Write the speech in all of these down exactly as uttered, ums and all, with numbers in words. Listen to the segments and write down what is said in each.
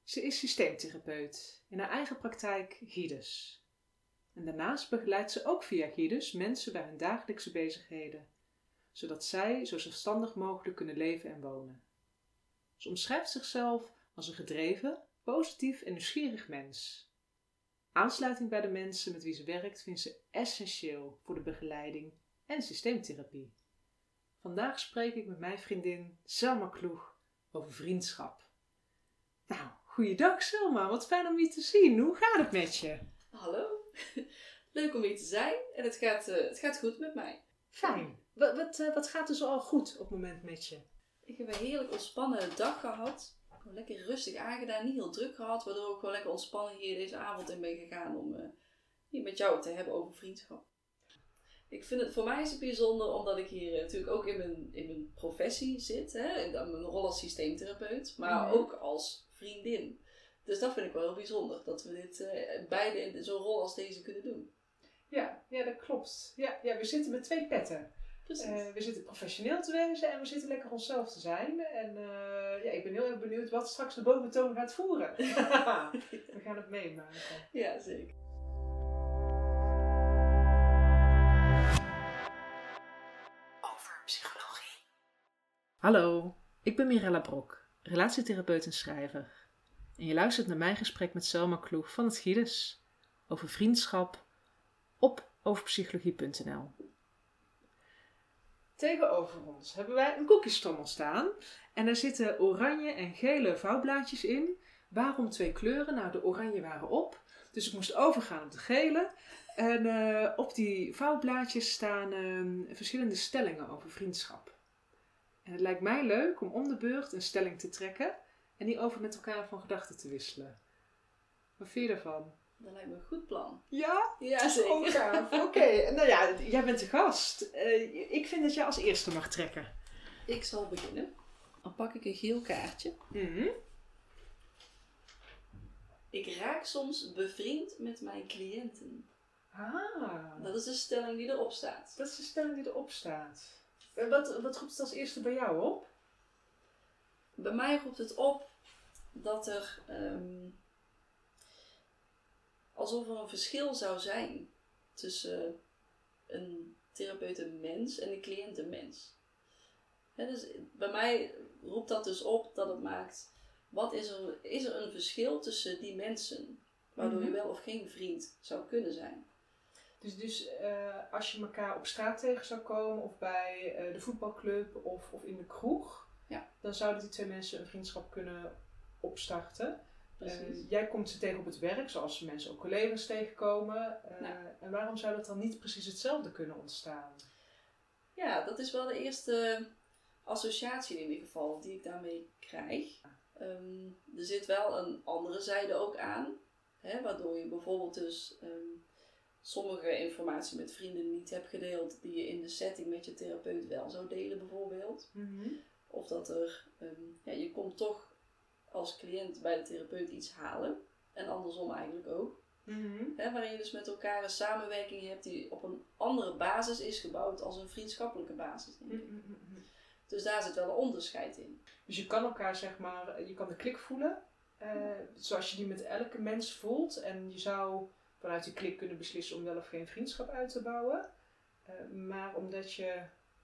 Ze is systeemtherapeut in haar eigen praktijk Gidus. En daarnaast begeleidt ze ook via Gidus mensen bij hun dagelijkse bezigheden, zodat zij zo zelfstandig mogelijk kunnen leven en wonen. Ze omschrijft zichzelf als een gedreven, positief en nieuwsgierig mens. Aansluiting bij de mensen met wie ze werkt vindt ze essentieel voor de begeleiding en systeemtherapie. Vandaag spreek ik met mijn vriendin Selma Kloeg over vriendschap. Nou, goeiedag Selma, wat fijn om je te zien. Hoe gaat het met je? Hallo, leuk om hier te zijn en het gaat, uh, het gaat goed met mij. Fijn. Wat, wat, uh, wat gaat er zo al goed op het moment met je? Ik heb een heerlijk ontspannen dag gehad. Gewoon lekker rustig aangedaan, niet heel druk gehad, waardoor ik gewoon lekker ontspannen hier deze avond in ben gegaan om uh, hier met jou te hebben over vriendschap. Ik vind het, voor mij is het bijzonder omdat ik hier uh, natuurlijk ook in mijn, in mijn professie zit, hè, in mijn rol als systeemtherapeut, maar mm-hmm. ook als vriendin. Dus dat vind ik wel heel bijzonder, dat we dit uh, beide in zo'n rol als deze kunnen doen. Ja, ja dat klopt. Ja, ja, we zitten met twee petten. Uh, we zitten professioneel te wezen en we zitten lekker onszelf te zijn. En uh, ja, ik ben heel erg benieuwd wat straks de boventoon gaat voeren. We gaan het meemaken. Ja, zeker. Over psychologie. Hallo, ik ben Mirella Brok, relatietherapeut en schrijver. En je luistert naar mijn gesprek met Selma Kloeg van het Gidus over vriendschap op overpsychologie punt n l. Tegenover ons hebben wij een koekjestrommel staan en er zitten oranje en gele vouwblaadjes in. Waarom twee kleuren? Nou, de oranje waren op, dus ik moest overgaan op de gele. En uh, op die vouwblaadjes staan uh, verschillende stellingen over vriendschap. En het lijkt mij leuk om om de beurt een stelling te trekken en die over met elkaar van gedachten te wisselen. Wat vind je ervan? Dat lijkt me een goed plan. Ja? Ja, zeker. Oh, gaaf. Oké, okay. Nou ja, jij bent de gast. Uh, ik vind dat jij als eerste mag trekken. Ik zal beginnen. Dan pak ik een geel kaartje. Mm-hmm. Ik raak soms bevriend met mijn cliënten. Ah. Dat is de stelling die erop staat. Dat is de stelling die erop staat. Wat, wat roept het als eerste bij jou op? Bij mij roept het op dat er... Um, alsof er een verschil zou zijn tussen een therapeut een mens en een cliënt een mens. He, dus bij mij roept dat dus op dat het maakt... Wat is er, is er een verschil tussen die mensen? Waardoor mm-hmm. je wel of geen vriend zou kunnen zijn. Dus, dus uh, als je elkaar op straat tegen zou komen of bij uh, de voetbalclub of, of in de kroeg... Ja. Dan zouden die twee mensen een vriendschap kunnen opstarten. Uh, jij komt ze tegen op het werk, zoals mensen ook collega's tegenkomen. Uh, nou. En waarom zou dat dan niet precies hetzelfde kunnen ontstaan? Ja, dat is wel de eerste associatie in ieder geval die ik daarmee krijg. Um, er zit wel een andere zijde ook aan. Hè, waardoor je bijvoorbeeld dus um, sommige informatie met vrienden niet hebt gedeeld die je in de setting met je therapeut wel zou delen bijvoorbeeld. Mm-hmm. Of dat er, um, ja, je komt toch als cliënt bij de therapeut iets halen. En andersom eigenlijk ook. Mm-hmm. He, waarin je dus met elkaar een samenwerking hebt die op een andere basis is gebouwd als een vriendschappelijke basis. Denk ik. Mm-hmm. Dus daar zit wel een onderscheid in. Dus je kan elkaar zeg maar, je kan de klik voelen. Uh, zoals je die met elke mens voelt. En je zou vanuit die klik kunnen beslissen om wel of geen vriendschap uit te bouwen. Uh, maar omdat je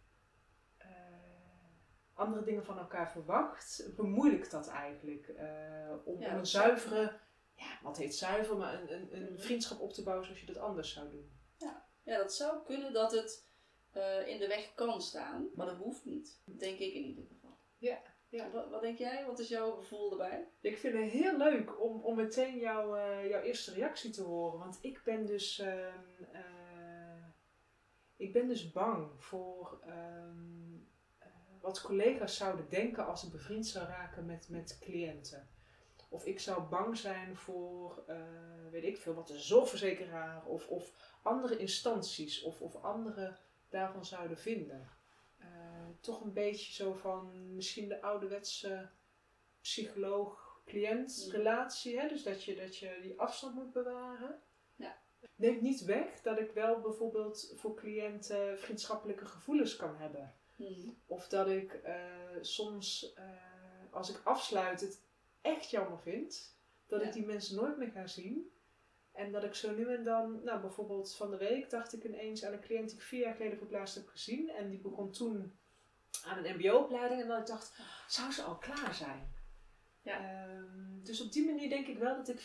andere dingen van elkaar verwacht, bemoeilijkt dat eigenlijk. Uh, om, ja, om een zuivere, ja, wat heet zuiver, maar een, een, een vriendschap op te bouwen zoals je dat anders zou doen. Ja, ja dat zou kunnen dat het uh, in de weg kan staan, maar dat hoeft niet. Denk ik in ieder geval. Ja. Ja. Wat, wat denk jij? Wat is jouw gevoel erbij? Ik vind het heel leuk om, om meteen jou, uh, jouw eerste reactie te horen. Want ik ben dus, uh, uh, ik ben dus bang voor... Um, wat collega's zouden denken als ik bevriend zou raken met, met cliënten. Of ik zou bang zijn voor, uh, weet ik veel, wat de zorgverzekeraar of, of andere instanties of, of anderen daarvan zouden vinden. Uh, toch een beetje zo van misschien de ouderwetse psycholoog-cliënt relatie. Hè? Dus dat je, dat je die afstand moet bewaren. Ja. Neemt niet weg dat ik wel bijvoorbeeld voor cliënten vriendschappelijke gevoelens kan hebben. Hmm. Of dat ik uh, soms, uh, als ik afsluit, het echt jammer vind dat Ja. ik die mensen nooit meer ga zien. En dat ik zo nu en dan, nou bijvoorbeeld van de week dacht ik ineens aan een cliënt die ik vier jaar geleden voor het laatst heb gezien. En die begon toen aan een mbo-opleiding en dat ik dacht, zou ze al klaar zijn? Ja. Um, dus op die manier denk ik wel dat ik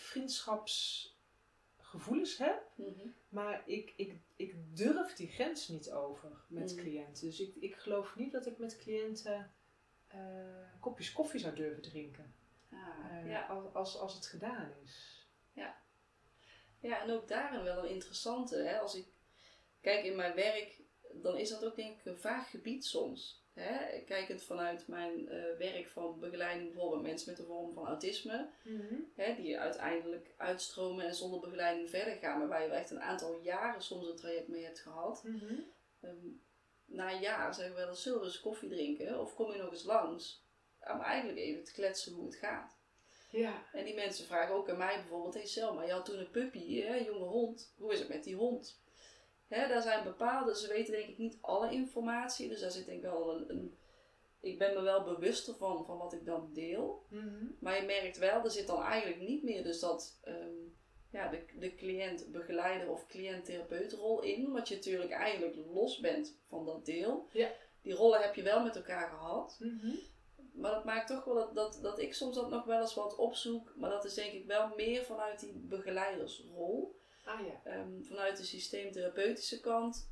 vriendschapsgevoelens heb. Mm-hmm. Maar ik, ik, ik durf die grens niet over met Mm. cliënten. Dus ik, ik geloof niet dat ik met cliënten uh, kopjes koffie zou durven drinken. Ah, uh, ja. als, als, als het gedaan is. Ja. Ja, en ook daarin wel een interessante. Hè? Als ik kijk in mijn werk, dan is dat ook denk ik een vaag gebied soms. Hè? Kijkend vanuit mijn uh, werk van begeleiding bijvoorbeeld mensen met een vorm van autisme. Mm-hmm. Hè, die uiteindelijk uitstromen en zonder begeleiding verder gaan. Maar waar je echt een aantal jaren soms een traject mee hebt gehad. Mm-hmm. Um, na een jaar zeggen we wel eens, zullen we eens koffie drinken? Of kom je nog eens langs? Om eigenlijk even te kletsen hoe het gaat. Ja. En die mensen vragen ook aan mij bijvoorbeeld, hé hey Selma, je had toen een puppy, hè, een jonge hond. Hoe is het met die hond? Hè, daar zijn bepaalde, ze weten denk ik niet alle informatie. Dus daar zit denk ik wel een, een ik ben me wel bewuster van, van wat ik dan deel. Mm-hmm. Maar je merkt wel, er zit dan eigenlijk niet meer dus dat um, ja, de, de cliënt-begeleider of cliënt-therapeutenrol in. Omdat je natuurlijk eigenlijk los bent van dat deel. Ja. Die rollen heb je wel met elkaar gehad. Mm-hmm. Maar dat maakt toch wel dat, dat, dat ik soms dat nog wel eens wat opzoek. Maar dat is denk ik wel meer vanuit die begeleidersrol. Ah ja. Um, vanuit de systeemtherapeutische kant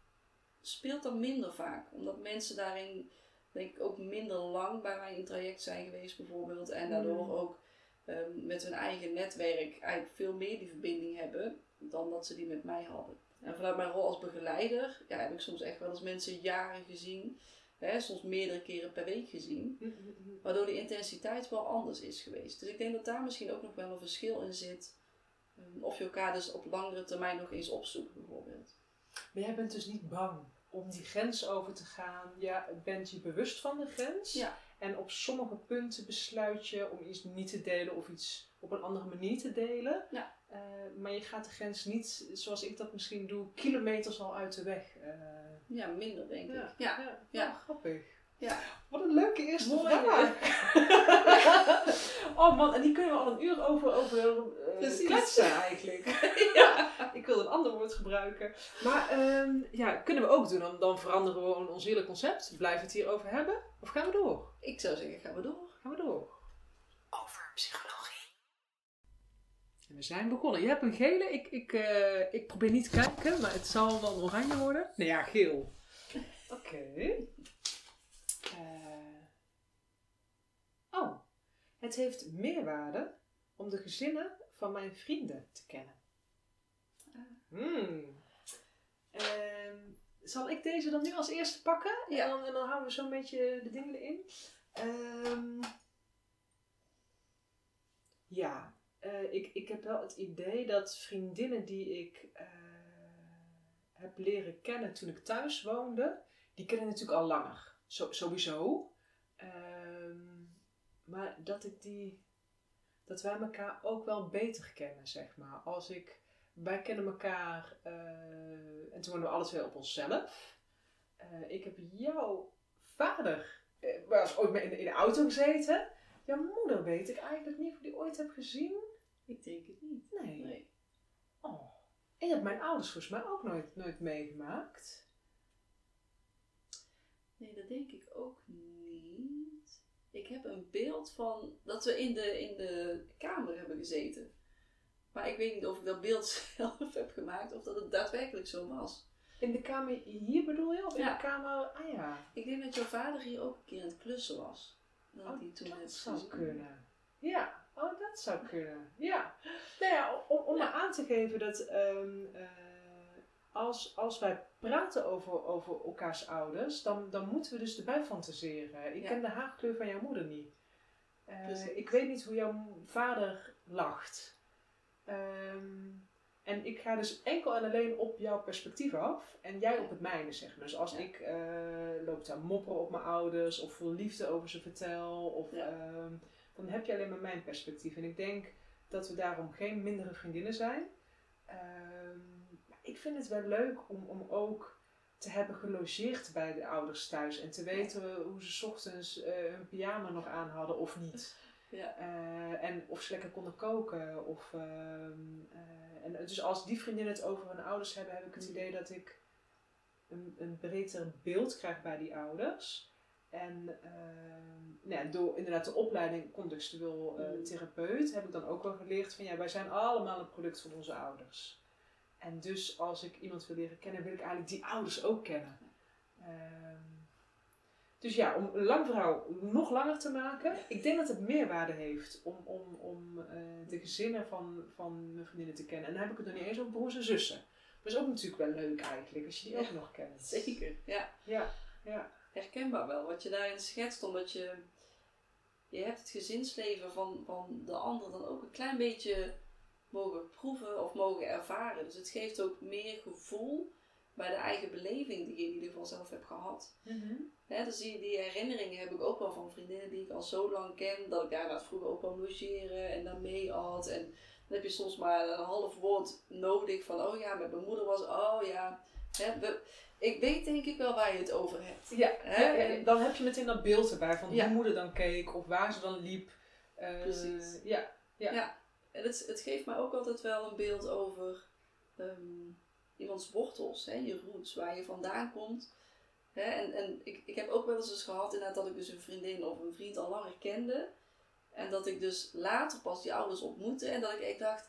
speelt dat minder vaak. Omdat mensen daarin denk ik ook minder lang bij mij in traject zijn geweest bijvoorbeeld. En daardoor mm. ook um, met hun eigen netwerk eigenlijk veel meer die verbinding hebben dan dat ze die met mij hadden. En vanuit mijn rol als begeleider ja, heb ik soms echt wel eens mensen jaren gezien. Hè, soms meerdere keren per week gezien. Mm-hmm. Waardoor de intensiteit wel anders is geweest. Dus ik denk dat daar misschien ook nog wel een verschil in zit. Um, of je elkaar dus op langere termijn nog eens opzoekt bijvoorbeeld. Maar jij bent dus niet bang om die grens over te gaan. Ja, bent je bewust van de grens. Ja. En op sommige punten besluit je om iets niet te delen of iets op een andere manier te delen. Ja. Uh, maar je gaat de grens niet, zoals ik dat misschien doe, kilometers al uit de weg. Uh, ja, minder denk ja, ik. Ja, ja. ja. Oh, grappig. Ja. Wat een leuke eerste Mooi, vraag. Oh man, en die kunnen we al een uur over, over uh, kletsen eigenlijk. Ja. Ik wil een ander woord gebruiken. Maar um, ja, kunnen we ook doen. Dan, dan veranderen we gewoon ons hele concept. Blijven we het hierover hebben? Of gaan we door? Ik zou zeggen, gaan we door. Gaan we door. Over psychologie. En we zijn begonnen. Je hebt een gele. Ik, ik, uh, ik probeer niet te kijken, maar het zal wel oranje worden. Nee, ja, geel. Oké. Okay. Uh, oh, het heeft meerwaarde om de gezinnen van mijn vrienden te kennen. Hmm. Um, zal ik deze dan nu als eerste pakken? Ja. En dan, en dan houden we zo'n beetje de dingen erin. Um, ja, uh, ik, ik heb wel het idee dat vriendinnen die ik uh, heb leren kennen toen ik thuis woonde, die kennen natuurlijk al langer. Zo, sowieso. Um, maar dat ik die, dat wij elkaar ook wel beter kennen, zeg maar. Als ik, wij kennen elkaar, uh, en toen woonden we alle twee op onszelf. Uh, ik heb jouw vader, uh, was ooit mee in de, in de auto gezeten. Jouw moeder weet ik eigenlijk niet of ik die ooit heb gezien. Ik denk het niet. Nee. nee. Oh. En je hebt mijn ouders volgens mij ook nooit, nooit meegemaakt. Nee, dat denk ik ook niet. Ik heb een beeld van dat we in de, in de kamer hebben gezeten. Maar ik weet niet of ik dat beeld zelf heb gemaakt of dat het daadwerkelijk zo was. In de kamer hier bedoel je? Of ja. in de kamer... Ah ja. Ik denk dat jouw vader hier ook een keer aan het klussen was. Dat oh, hij toen dat het zou gezien. kunnen. Ja, oh dat zou kunnen. Ja. Nou ja, om, om ja. maar aan te geven dat um, uh, als, als wij praten over, over elkaars ouders, dan, dan moeten we dus erbij fantaseren. Ik ja. ken de haarkleur van jouw moeder niet. Uh, ik weet niet hoe jouw vader lacht. Um, en ik ga dus enkel en alleen op jouw perspectief af en jij op het mijne, zeg maar. Dus als ja. ik uh, loop te mopperen op mijn ouders of vol liefde over ze vertel, of, ja. um, dan heb je alleen maar mijn perspectief. En ik denk dat we daarom geen mindere vriendinnen zijn. Um, ik vind het wel leuk om, om ook te hebben gelogeerd bij de ouders thuis en te weten hoe ze 's ochtends uh, hun pyjama nog aan hadden of niet. Ja. Uh, en of ze lekker konden koken. Of, uh, uh, en dus als die vriendinnen het over hun ouders hebben, heb ik het mm. idee dat ik een, een beter beeld krijg bij die ouders. En uh, nou ja, door inderdaad de opleiding contextueel uh, therapeut heb ik dan ook wel geleerd van ja, wij zijn allemaal een product van onze ouders. En dus als ik iemand wil leren kennen, wil ik eigenlijk die ouders ook kennen. Uh, dus ja, om een lang verhaal nog langer te maken, ik denk dat het meerwaarde heeft om, om, om uh, de gezinnen van, van mijn vriendinnen te kennen. En dan heb ik het nog niet eens over broers en zussen. Dat is ook natuurlijk wel leuk eigenlijk, als je die ja, ook nog kent. Zeker, ja. Ja, ja. Herkenbaar wel, wat je daarin schetst, omdat je, je hebt het gezinsleven van, van de ander dan ook een klein beetje mogen proeven of mogen ervaren. Dus het geeft ook meer gevoel bij de eigen beleving die je in ieder geval zelf hebt gehad. Mm-hmm. He, dus die, die herinneringen heb ik ook wel van vriendinnen die ik al zo lang ken, dat ik daar nou, vroeger ook wel logeren en daar mee had. En dan heb je soms maar een half woord nodig van, oh ja, met mijn moeder was, oh ja. He, we, ik weet denk ik wel waar je het over hebt. Ja, he, ja en dan heb je meteen dat beeld erbij van ja. hoe moeder dan keek of waar ze dan liep. Uh, Precies. Ja, ja. ja. En het, het geeft mij ook altijd wel een beeld over um, iemands wortels, hè, je roots, waar je vandaan komt. Hè, en en ik, ik heb ook wel eens, eens gehad inderdaad dat ik dus een vriendin of een vriend al langer kende. En dat ik dus later pas die ouders ontmoette en dat ik echt dacht,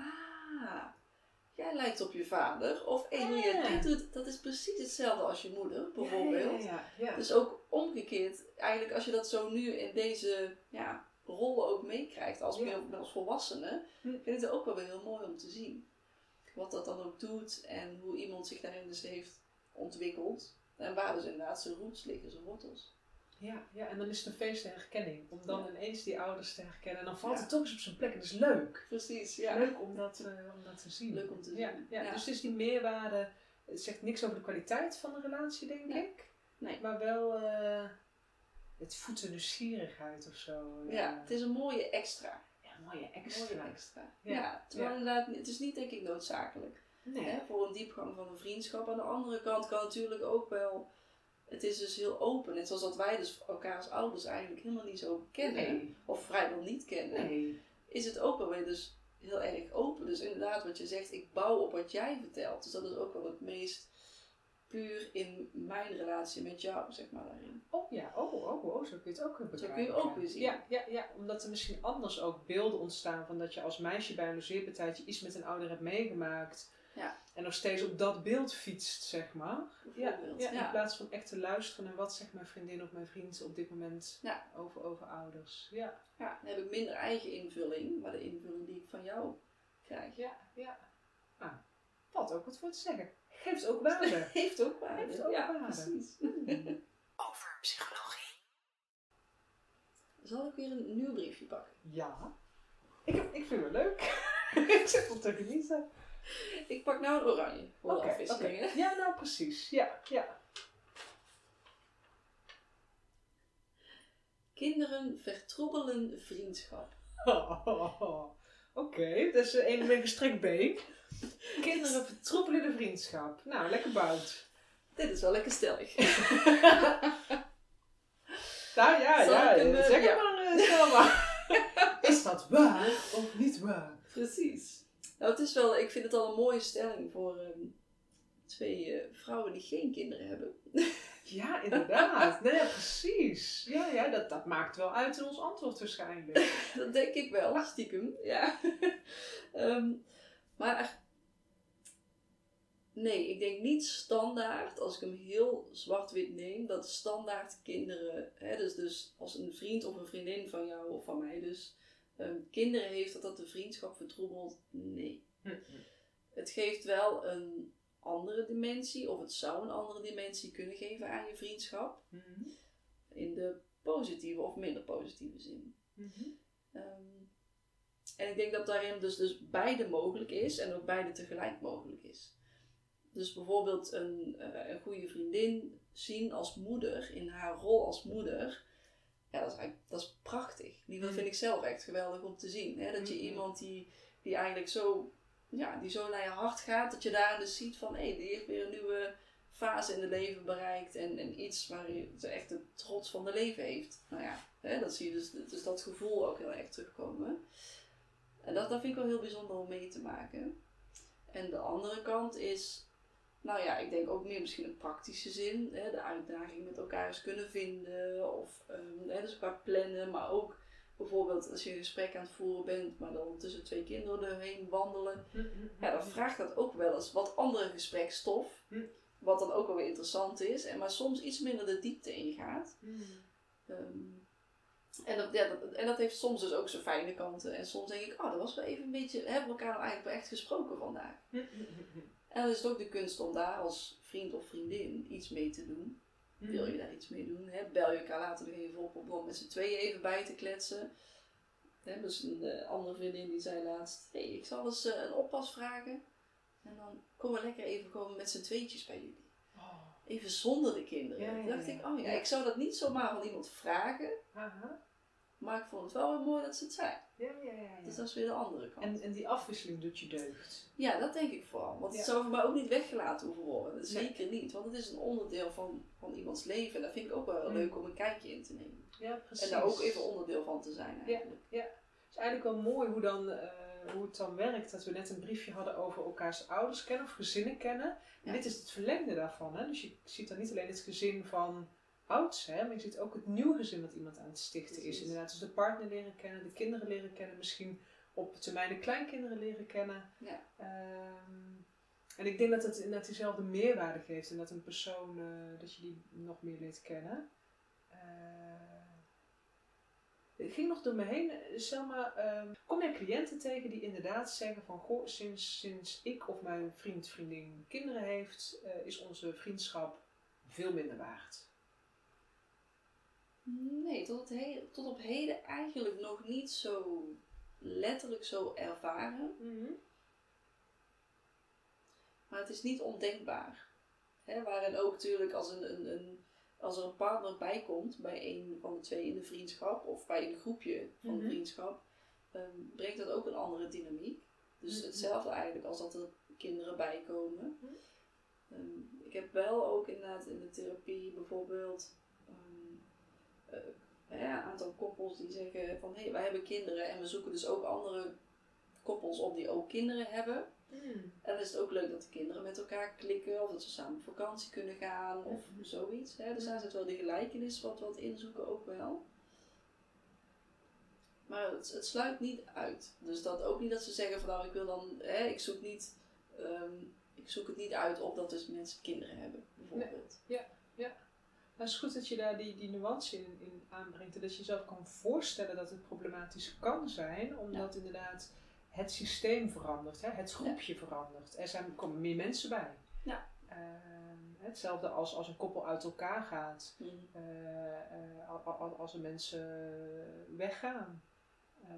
ah, jij lijkt op je vader. Of hey, hoe je dit doet, dat is precies hetzelfde als je moeder, bijvoorbeeld. Ja, ja, ja, ja. Dus ook omgekeerd, eigenlijk als je dat zo nu in deze ja, rollen ook meekrijgt als, ja. als volwassene, hm. vind ik het ook wel weer heel mooi om te zien. Wat dat dan ook doet en hoe iemand zich daarin dus heeft ontwikkeld. En waar dus inderdaad zijn roots liggen, zijn wortels. Ja, ja, en dan is het een feest de herkenning. Om dan ja. ineens die ouders te herkennen. En dan valt ja. het toch eens op zijn plek. En dat is leuk. Precies, ja. Leuk om dat, uh, om dat te zien. Leuk om te zien. Ja, ja. Ja. Dus het is die meerwaarde. Het zegt niks over de kwaliteit van de relatie, denk nee. ik. Nee. Maar wel uh, het voedt de nieuwsgierigheid of zo. Ja. ja, het is een mooie extra. Ja, een mooie extra. Mooie extra. Ja, ja. terwijl ja. inderdaad, het is niet denk ik noodzakelijk. Nee. Hè, voor een diepgang van een vriendschap. Aan de andere kant kan natuurlijk ook wel, het is dus heel open. Net zoals dat wij dus elkaar als ouders eigenlijk helemaal niet zo kennen. Nee. Of vrijwel niet kennen. Nee. Is het ook wel weer dus heel erg open. Dus inderdaad wat je zegt, ik bouw op wat jij vertelt. Dus dat is ook wel het meest puur in mijn relatie met jou, zeg maar daarin. Oh ja, oh, oh, oh, zo kun je het ook weer bekijken. Zo kun je ook weer zien. Ja, ja, ja, omdat er misschien anders ook beelden ontstaan van dat je als meisje bij een logeerpartijtje iets met een ouder hebt meegemaakt. Ja. En nog steeds op dat beeld fietst, zeg maar. Ja, ja, in ja. plaats van echt te luisteren naar wat zegt mijn vriendin of mijn vriend op dit moment ja. over, over ouders. Ja. Ja, dan heb ik minder eigen invulling, maar de invulling die ik van jou krijg. Ja, ja. Nou, valt ook wat voor te zeggen. Geeft ook waarde. Heeft ook waarde. Heeft ook ja, waarde. Precies. Mm. Over psychologie. Zal ik weer een nieuw briefje pakken? Ja. Ik, heb, ik vind het leuk. Ik zit wel te genieten. Ik pak nou een oranje voor okay, de afwisseling. Okay. Ja, nou precies. Ja, ja. Kinderen vertroebelen vriendschap. Oh, oh, oh. Oké, okay, dat is een met gestrekt been. Kinderen vertroebelen de vriendschap. Nou, lekker bout. Dit is wel lekker stellig. Nou ja, Zal ja, hem, zeg ja. het maar, uh, stel maar. Is dat waar of niet waar? Precies. Nou, het is wel, ik vind het al een mooie stelling voor um, twee uh, vrouwen die geen kinderen hebben. Ja, inderdaad. Nee, precies. Ja, ja dat, dat maakt wel uit in ons antwoord waarschijnlijk. Dat denk ik wel, stiekem. Ja. um, maar nee, ik denk niet standaard, als ik hem heel zwart-wit neem, dat standaard kinderen, hè, dus, dus als een vriend of een vriendin van jou of van mij dus, um, kinderen heeft, dat dat de vriendschap vertroebelt. Nee. Mm-hmm. Het geeft wel een andere dimensie, of het zou een andere dimensie kunnen geven aan je vriendschap. Mm-hmm. In de positieve of minder positieve zin. Mm-hmm. Um, en ik denk dat daarin dus, dus beide mogelijk is en ook beide tegelijk mogelijk is. Dus bijvoorbeeld een, uh, een goede vriendin zien als moeder, in haar rol als moeder. Ja, dat is, eigenlijk, dat is prachtig. Die vind ik zelf echt geweldig om te zien. Hè? Dat je Mm-hmm. iemand die, die eigenlijk zo, ja, die zo naar je hart gaat, dat je daarin dus ziet van, hé, hey, die heeft weer een nieuwe fase in het leven bereikt en, en iets waar je ze echt de trots van de leven heeft. Nou ja, hè, dat zie je dus, dus dat gevoel ook heel erg terugkomen. En dat, dat vind ik wel heel bijzonder om mee te maken. En de andere kant is, nou ja, ik denk ook meer misschien een praktische zin. Hè, de uitdaging met elkaar eens kunnen vinden. Of um, hè, dus qua plannen, maar ook bijvoorbeeld als je een gesprek aan het voeren bent, maar dan tussen twee kinderen erheen wandelen. Ja, dan vraagt dat ook wel eens wat andere gesprekstof. Wat dan ook wel weer interessant is. En maar soms iets minder de diepte ingaat. Um, En dat, ja, dat, en dat heeft soms dus ook zijn fijne kanten. En soms denk ik, oh, dat was wel even een beetje, hebben we elkaar nou eigenlijk wel echt gesproken vandaag. En dan is het ook de kunst om daar als vriend of vriendin iets mee te doen. Wil je daar iets mee doen? Hè? Bel je elkaar later nog even op om met z'n tweeën even bij te kletsen. Hè? Dus een uh, andere vriendin die zei laatst, hé, hey, ik zal eens uh, een oppas vragen. En dan komen we lekker even komen met z'n tweetjes bij jullie. Even zonder de kinderen. Ja, ja, Toen dacht ja. ik, oh ja, Ja. ik zou dat niet zomaar van iemand vragen. Aha. Maar ik vond het wel weer mooi dat ze het zei. Ja, ja, ja, ja. Dus dat is weer de andere kant. En, en die afwisseling doet je deugd. Ja, dat denk ik vooral. Want het Ja. zou voor mij ook niet weggelaten hoeven worden. Zeker Nee. niet. Want het is een onderdeel van, van iemands leven. En dat vind ik ook wel heel Mm. leuk om een kijkje in te nemen. Ja, precies. En daar ook even onderdeel van te zijn eigenlijk. Het is eigenlijk wel mooi hoe, dan, uh, hoe het dan werkt. Dat we net een briefje hadden over elkaars ouders kennen of gezinnen kennen. En Ja. dit is het verlengde daarvan. Hè? Dus je ziet dan niet alleen het gezin van ouds, hè? Maar je ziet ook het nieuwe gezin wat iemand aan het stichten Precies. is. Inderdaad, dus de partner leren kennen, de kinderen leren kennen. Misschien op termijn de kleinkinderen leren kennen. Ja. Um, en ik denk dat het inderdaad diezelfde meerwaarde geeft. En dat een persoon, uh, dat je die nog meer leert kennen. Uh, Ik ging nog door me heen, Selma, um, kom jij cliënten tegen die inderdaad zeggen van, goh, sinds, sinds ik of mijn vriend, vriendin kinderen heeft, uh, is onze vriendschap veel minder waard? Nee, tot, het he- tot op heden eigenlijk nog niet zo letterlijk zo ervaren. Mm-hmm. Maar het is niet ondenkbaar. Hè, waarin ook natuurlijk als, een, een, een, als er een partner bij komt, bij een van de twee in de vriendschap of bij een groepje van Mhm. de vriendschap, um, brengt dat ook een andere dynamiek. Dus Mhm. hetzelfde eigenlijk als dat er kinderen bij komen. Mhm. Um, ik heb wel ook inderdaad in de therapie bijvoorbeeld um, uh, ja, een aantal koppels die zeggen van hé, hey, wij hebben kinderen en we zoeken dus ook andere koppels op die ook kinderen hebben. Mm. En dan is het ook leuk dat de kinderen met elkaar klikken of dat ze samen op vakantie kunnen gaan of Mhm. zoiets. Hè. Dus daar zit wel die gelijkenis wat wat inzoeken ook wel. Maar het, het sluit niet uit. Dus dat ook niet dat ze zeggen van nou ik wil dan, hè, ik zoek niet, um, ik zoek het niet uit of dat dus mensen kinderen hebben bijvoorbeeld. Nee. Ja, ja. Nou, het is goed dat je daar die, die nuance in, in aanbrengt en dat je jezelf kan voorstellen dat het problematisch kan zijn, omdat ja. inderdaad het systeem verandert, hè? Het groepje ja. verandert. Er zijn, komen meer mensen bij. Ja. Uh, hetzelfde als als een koppel uit elkaar gaat, Mm. uh, uh, als er mensen weggaan. Uh,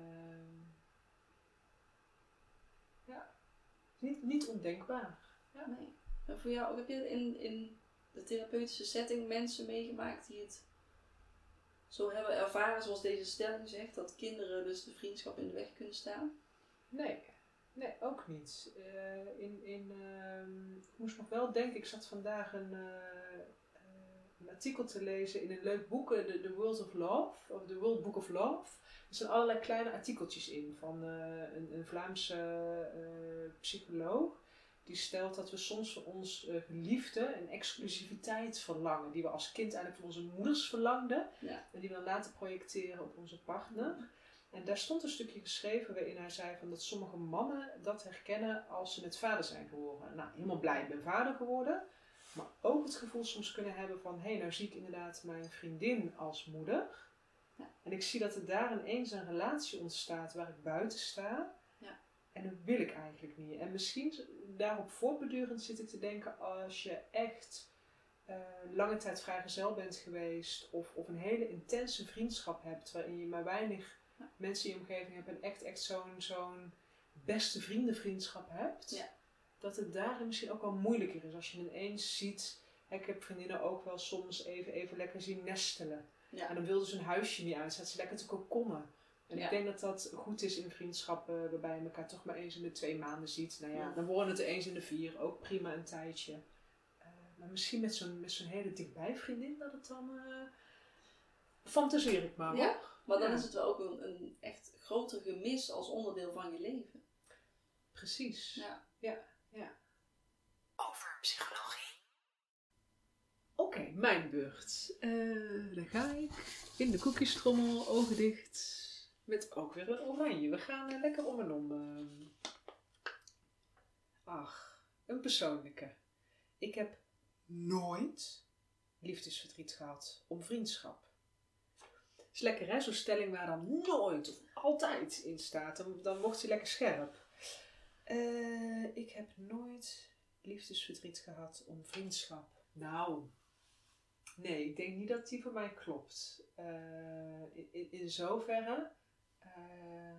ja, niet, niet ondenkbaar. Ja. Nee. En voor jou, heb je in, in de therapeutische setting mensen meegemaakt die het zo hebben ervaren zoals deze stelling zegt, dat kinderen dus de vriendschap in de weg kunnen staan? Nee, nee, ook niet. Uh, in, in, uh, ik moest nog wel denken, ik zat vandaag een, uh, uh, een artikel te lezen in een leuk boek, The, The World of Love, of The World Book of Love. Er zijn allerlei kleine artikeltjes in van uh, een, een Vlaamse uh, psycholoog. Die stelt dat we soms van ons uh, liefde en exclusiviteit verlangen, die we als kind eigenlijk van onze moeders verlangden, ja. en die we dan later projecteren op onze partner. En daar stond een stukje geschreven waarin hij zei van dat sommige mannen dat herkennen als ze net vader zijn geworden. Nou, helemaal blij, ik ben vader geworden. Maar ook het gevoel soms kunnen hebben van, hé, hey, nou zie ik inderdaad mijn vriendin als moeder. Ja. En ik zie dat er daar ineens een relatie ontstaat waar ik buiten sta. Ja. En dat wil ik eigenlijk niet. En misschien daarop voortbedurend zit ik te denken, als je echt uh, lange tijd vrijgezel bent geweest. Of, of een hele intense vriendschap hebt waarin je maar weinig ja. mensen in je omgeving hebt. En echt, echt zo'n, zo'n beste vriendenvriendschap hebt. Ja. Dat het daarin misschien ook wel moeilijker is. Als je ineens ziet, ik heb vriendinnen ook wel soms even, even lekker zien nestelen. Ja. En dan wilden ze een huisje niet uit, zaten ze lekker te kokonnen. En ja. ik denk dat dat goed is in vriendschappen waarbij je elkaar toch maar eens in de twee maanden ziet. Nou ja, ja. dan worden het er eens in de vier, ook prima een tijdje. Uh, maar misschien met zo'n, met zo'n hele dichtbij vriendin dat het dan... Uh, fantaseer ik maar, ja, hoor. Maar dan ja. is het wel ook een, een echt groter gemis als onderdeel van je leven. Precies. Ja. Ja, ja. Over psychologie. Oké, okay, mijn beurt. Uh, dan ga ik in de koekjestrommel, ogen dicht, met ook weer een oranje. We gaan uh, lekker om en om. Uh. Ach, een persoonlijke. Ik heb nooit liefdesverdriet gehad om vriendschap. Is lekker hè, zo'n stelling waar dan nooit of altijd in staat. Dan, dan wordt hij lekker scherp. Uh, ik heb nooit liefdesverdriet gehad om vriendschap. Nou, nee, ik denk niet dat die voor mij klopt. Uh, in, in zoverre, uh,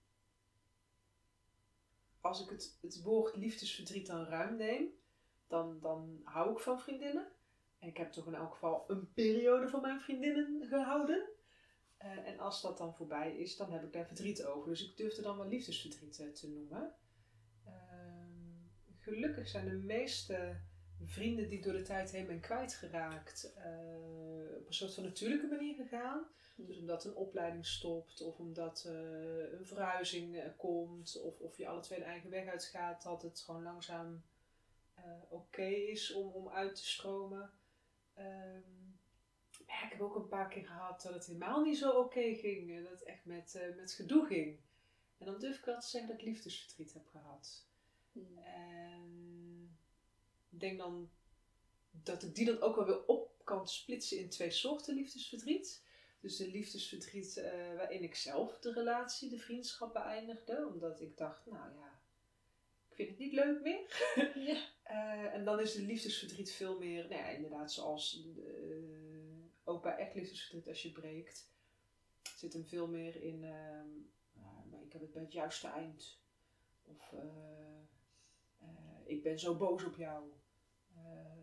als ik het, het woord liefdesverdriet dan ruim neem, dan, dan hou ik van vriendinnen. En ik heb toch in elk geval een periode van mijn vriendinnen gehouden. Uh, en als dat dan voorbij is, dan heb ik daar verdriet over. Dus ik durfde dan wel liefdesverdriet uh, te noemen. Uh, gelukkig zijn de meeste vrienden die door de tijd heen ben kwijtgeraakt, uh, op een soort van natuurlijke manier gegaan. Dus omdat een opleiding stopt, of omdat uh, een verhuizing uh, komt, of, of je alle twee de eigen weg uitgaat, dat het gewoon langzaam uh, oké okay is om, om uit te stromen. Um, ja, ik heb ook een paar keer gehad dat het helemaal niet zo oké okay ging. Dat het echt met, uh, met gedoe ging. En dan durf ik wel te zeggen dat ik liefdesverdriet heb gehad. Mm. En ik denk dan dat ik die dan ook wel weer op kan splitsen in twee soorten liefdesverdriet. Dus de liefdesverdriet uh, waarin ik zelf de relatie, de vriendschap beëindigde. Omdat ik dacht, nou ja, ik vind het niet leuk meer. Ja. uh, en dan is de liefdesverdriet veel meer, nou ja, inderdaad zoals... Uh, ook bij echt liefdesverdriet als je breekt, zit hem veel meer in, uh, uh, maar ik heb het bij het juiste eind. Of uh, uh, ik ben zo boos op jou. Uh,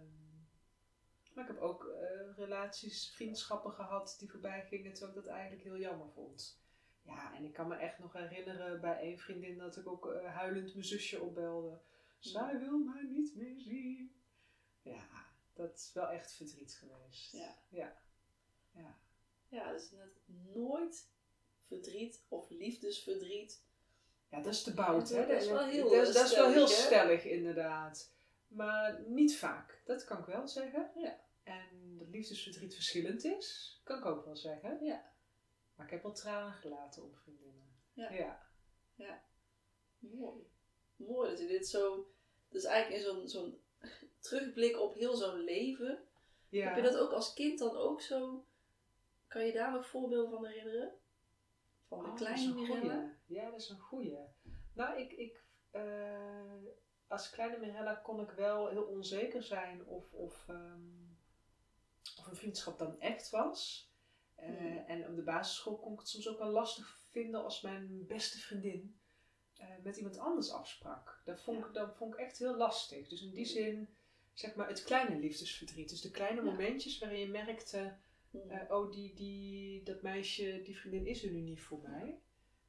maar ik heb ook uh, relaties, vriendschappen gehad die voorbij gingen terwijl ik dat eigenlijk heel jammer vond. Ja, en ik kan me echt nog herinneren bij één vriendin dat ik ook uh, huilend mijn zusje opbelde. Zij wil mij niet meer zien. Ja, dat is wel echt verdriet geweest. Ja. Ja. Ja. Ja, dus net nooit verdriet of liefdesverdriet. Ja, dat is te bout, hè? Dat is wel heel dat, stellig, dat is wel heel hè? stellig, inderdaad. Maar niet vaak, dat kan ik wel zeggen. Ja. En dat liefdesverdriet verschillend is, kan ik ook wel zeggen. Ja. Maar ik heb wel tranen gelaten om vriendinnen. Ja. Ja. Ja. Mooi. Mooi dat je dit zo... Dus eigenlijk in zo'n, zo'n terugblik op heel zo'n leven... Ja. Heb je dat ook als kind dan ook zo... Kan je daar nog voorbeelden van herinneren? Van de oh, kleine Mirella? Ja, dat is een goeie. Nou, ik... ik uh, als kleine Mirella kon ik wel heel onzeker zijn of, of, um, of een vriendschap dan echt was. Uh, hmm. En op de basisschool kon ik het soms ook wel lastig vinden als mijn beste vriendin uh, met iemand anders afsprak. Dat vond, ja. ik, dat vond ik echt heel lastig. Dus in die zin... Zeg maar het kleine liefdesverdriet. Dus de kleine ja. momentjes waarin je merkte... Uh, oh, die, die, dat meisje, die vriendin is er nu niet voor mij.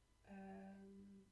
Um,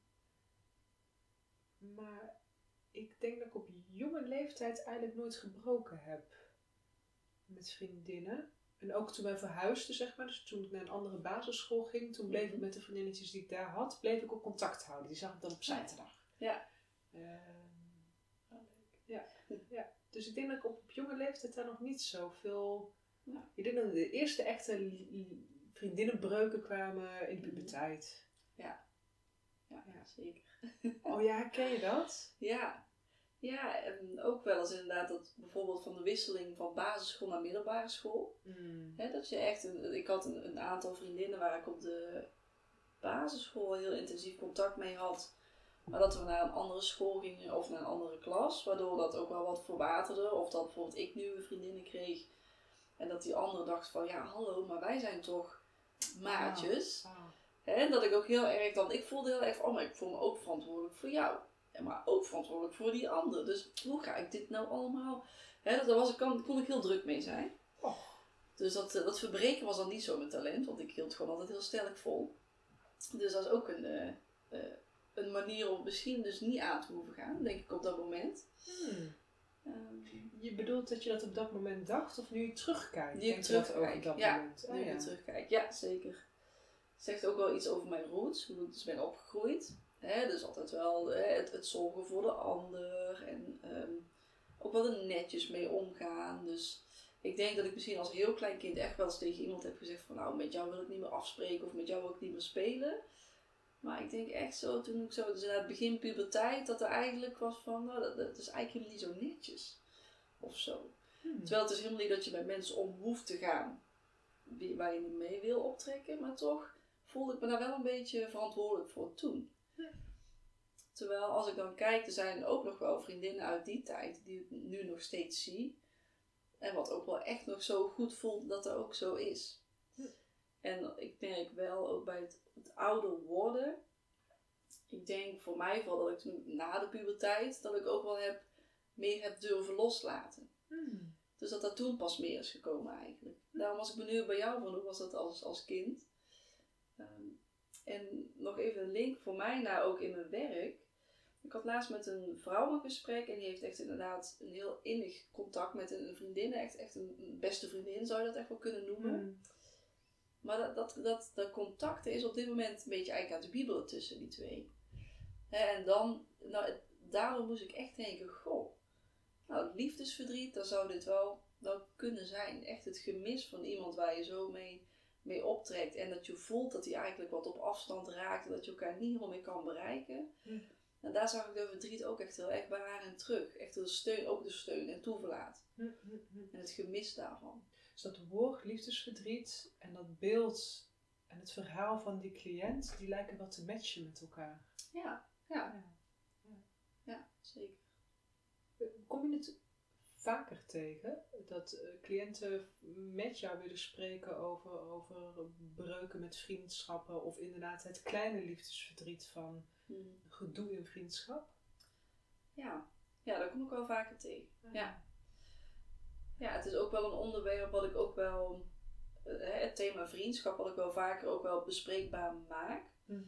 maar ik denk dat ik op jonge leeftijd eigenlijk nooit gebroken heb. Met vriendinnen. En ook toen wij verhuisden, zeg maar. Dus toen ik naar een andere basisschool ging. Toen bleef mm-hmm. ik met de vriendinnetjes die ik daar had. Bleef ik ook contact houden. Die zag ik dan op zaterdag. Ja. Um, oh, ja. Ja. Dus ik denk dat ik op, op jonge leeftijd daar nog niet zoveel... Ja. Ik denk dat de eerste echte li- vriendinnenbreuken kwamen in de puberteit. Ja. Ja, ja. Zeker. Oh ja, ken je dat? Ja. Ja, en ook wel eens inderdaad dat bijvoorbeeld van de wisseling van basisschool naar middelbare school. Mm. Hè, dat je echt, een, ik had een, een aantal vriendinnen waar ik op de basisschool heel intensief contact mee had. Maar dat we naar een andere school gingen of naar een andere klas. Waardoor dat ook wel wat verwaterde. Of dat bijvoorbeeld ik nieuwe vriendinnen kreeg. En dat die andere dacht van ja hallo, maar wij zijn toch maatjes. Oh, oh. En dat ik ook heel erg dan, ik voelde heel erg van, oh maar ik voel me ook verantwoordelijk voor jou. En maar ook verantwoordelijk voor die ander. Dus hoe ga ik dit nou allemaal... Hè, dat was, kon, kon ik heel druk mee zijn. Oh. Dus dat, dat verbreken was dan niet zo mijn talent. Want ik hield gewoon altijd heel sterk vol. Dus dat is ook een... Uh, uh, een manier om misschien dus niet aan te hoeven gaan, denk ik op dat moment. Hmm. Um, Je bedoelt dat je dat op dat moment dacht of nu je terugkijkt? Nu ik Denk je dat terugkijk, over dat ja. moment? Oh, Nu ik ja. er terugkijk, ja zeker. Het zegt ook wel iets over mijn roots, hoe ik dus ben opgegroeid. Hè, dus altijd wel hè, het, het zorgen voor de ander en um, ook wel er netjes mee omgaan. Dus ik denk dat ik misschien als heel klein kind echt wel eens tegen iemand heb gezegd van nou met jou wil ik niet meer afspreken of met jou wil ik niet meer spelen. Maar ik denk echt zo, toen ik zo, dus in het begin puberteit, dat er eigenlijk was van, nou, dat, dat is eigenlijk helemaal niet zo netjes. Of zo. Hmm. Terwijl het is helemaal niet dat je bij mensen om hoeft te gaan wie, waar je niet mee wil optrekken. Maar toch voelde ik me daar wel een beetje verantwoordelijk voor toen. Ja. Terwijl als ik dan kijk, er zijn ook nog wel vriendinnen uit die tijd die ik nu nog steeds zie. En wat ook wel echt nog zo goed voelt dat dat ook zo is. Ja. En ik merk wel ook bij het, het ouder worden. Ik denk voor mij vooral dat ik toen na de puberteit, dat ik ook wel heb, meer heb durven loslaten. Hmm. Dus dat dat toen pas meer is gekomen eigenlijk. Daarom was ik benieuwd bij jou van hoe was dat als, als kind. Um, en nog even een link voor mij naar ook in mijn werk. Ik had laatst met een vrouw een gesprek en die heeft echt inderdaad een heel innig contact met een vriendin. Echt, echt een beste vriendin zou je dat echt wel kunnen noemen. Hmm. Maar dat, dat, dat, dat contact is op dit moment een beetje eigenlijk aan het wiebelen tussen die twee. He, en dan, nou, daardoor moest ik echt denken, goh, nou, het liefdesverdriet, dan zou dit wel, wel kunnen zijn. Echt het gemis van iemand waar je zo mee, mee optrekt. En dat je voelt dat hij eigenlijk wat op afstand raakt. En dat je elkaar niet helemaal meer kan bereiken. Hm. En daar zag ik de verdriet ook echt heel erg bij haar in terug. Echt de steun, ook de steun en toeverlaat. Hm, hm, hm. En het gemis daarvan. Dus dat woord liefdesverdriet en dat beeld en het verhaal van die cliënt, die lijken wel te matchen met elkaar. Ja, ja, Ja. Ja. ja, zeker. Kom je het vaker tegen dat uh, cliënten met jou willen spreken over, over breuken met vriendschappen of inderdaad het kleine liefdesverdriet van Hmm. gedoe in vriendschap? Ja. ja, dat kom ik wel vaker tegen. Ah. Ja. Ja, het is ook wel een onderwerp wat ik ook wel, uh, het thema vriendschap, wat ik wel vaker ook wel bespreekbaar maak. Hm.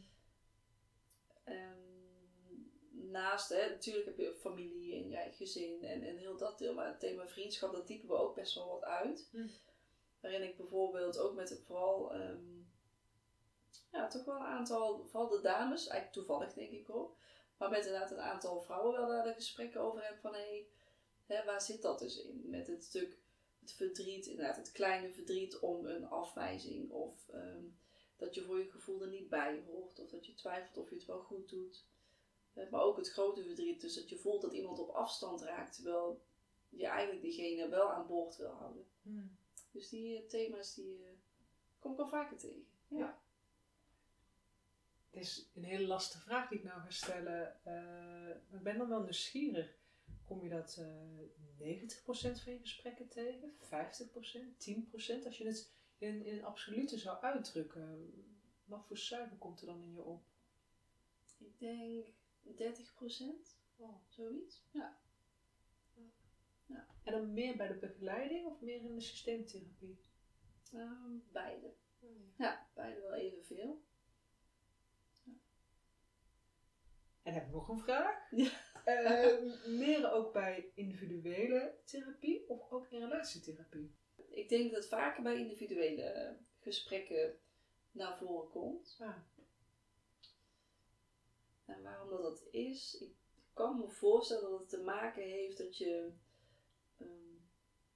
Um, naast, hè, natuurlijk heb je familie en je eigen gezin en, en heel dat deel, maar het thema vriendschap, dat diepen we ook best wel wat uit. Hm. Waarin ik bijvoorbeeld ook met vooral, um, ja, toch wel een aantal, vooral de dames, eigenlijk toevallig denk ik ook, maar met inderdaad een aantal vrouwen wel daar de gesprekken over heb van, hé, hey, hè, waar zit dat dus in? Met het stuk, het verdriet, inderdaad het kleine verdriet om een afwijzing of um, dat je voor je gevoel er niet bij hoort of dat je twijfelt of je het wel goed doet. Maar ook het grote verdriet, dus dat je voelt dat iemand op afstand raakt, terwijl je eigenlijk diegene wel aan boord wil houden. Hmm. Dus die uh, thema's, die uh, kom ik al vaker tegen. Ja. Ja. Het is een hele lastige vraag die ik nou ga stellen. Uh, ik ben dan wel nieuwsgierig. Kom je dat uh, negentig procent van je gesprekken tegen? vijftig procent? tien procent? Als je het in, in absolute zou uitdrukken, wat voor cijfer komt er dan in je op? Ik denk dertig procent. Oh. Zoiets. Ja. Ja. En dan meer bij de begeleiding of meer in de systeemtherapie? Um, beide. Oh, ja. Ja, beide wel evenveel. Ja. En heb ik nog een vraag? Ja. Uh, meer ook bij individuele therapie of ook in relatietherapie? Ik denk dat het vaker bij individuele gesprekken naar voren komt. Ah. En waarom dat dat is, ik kan me voorstellen dat het te maken heeft dat je um,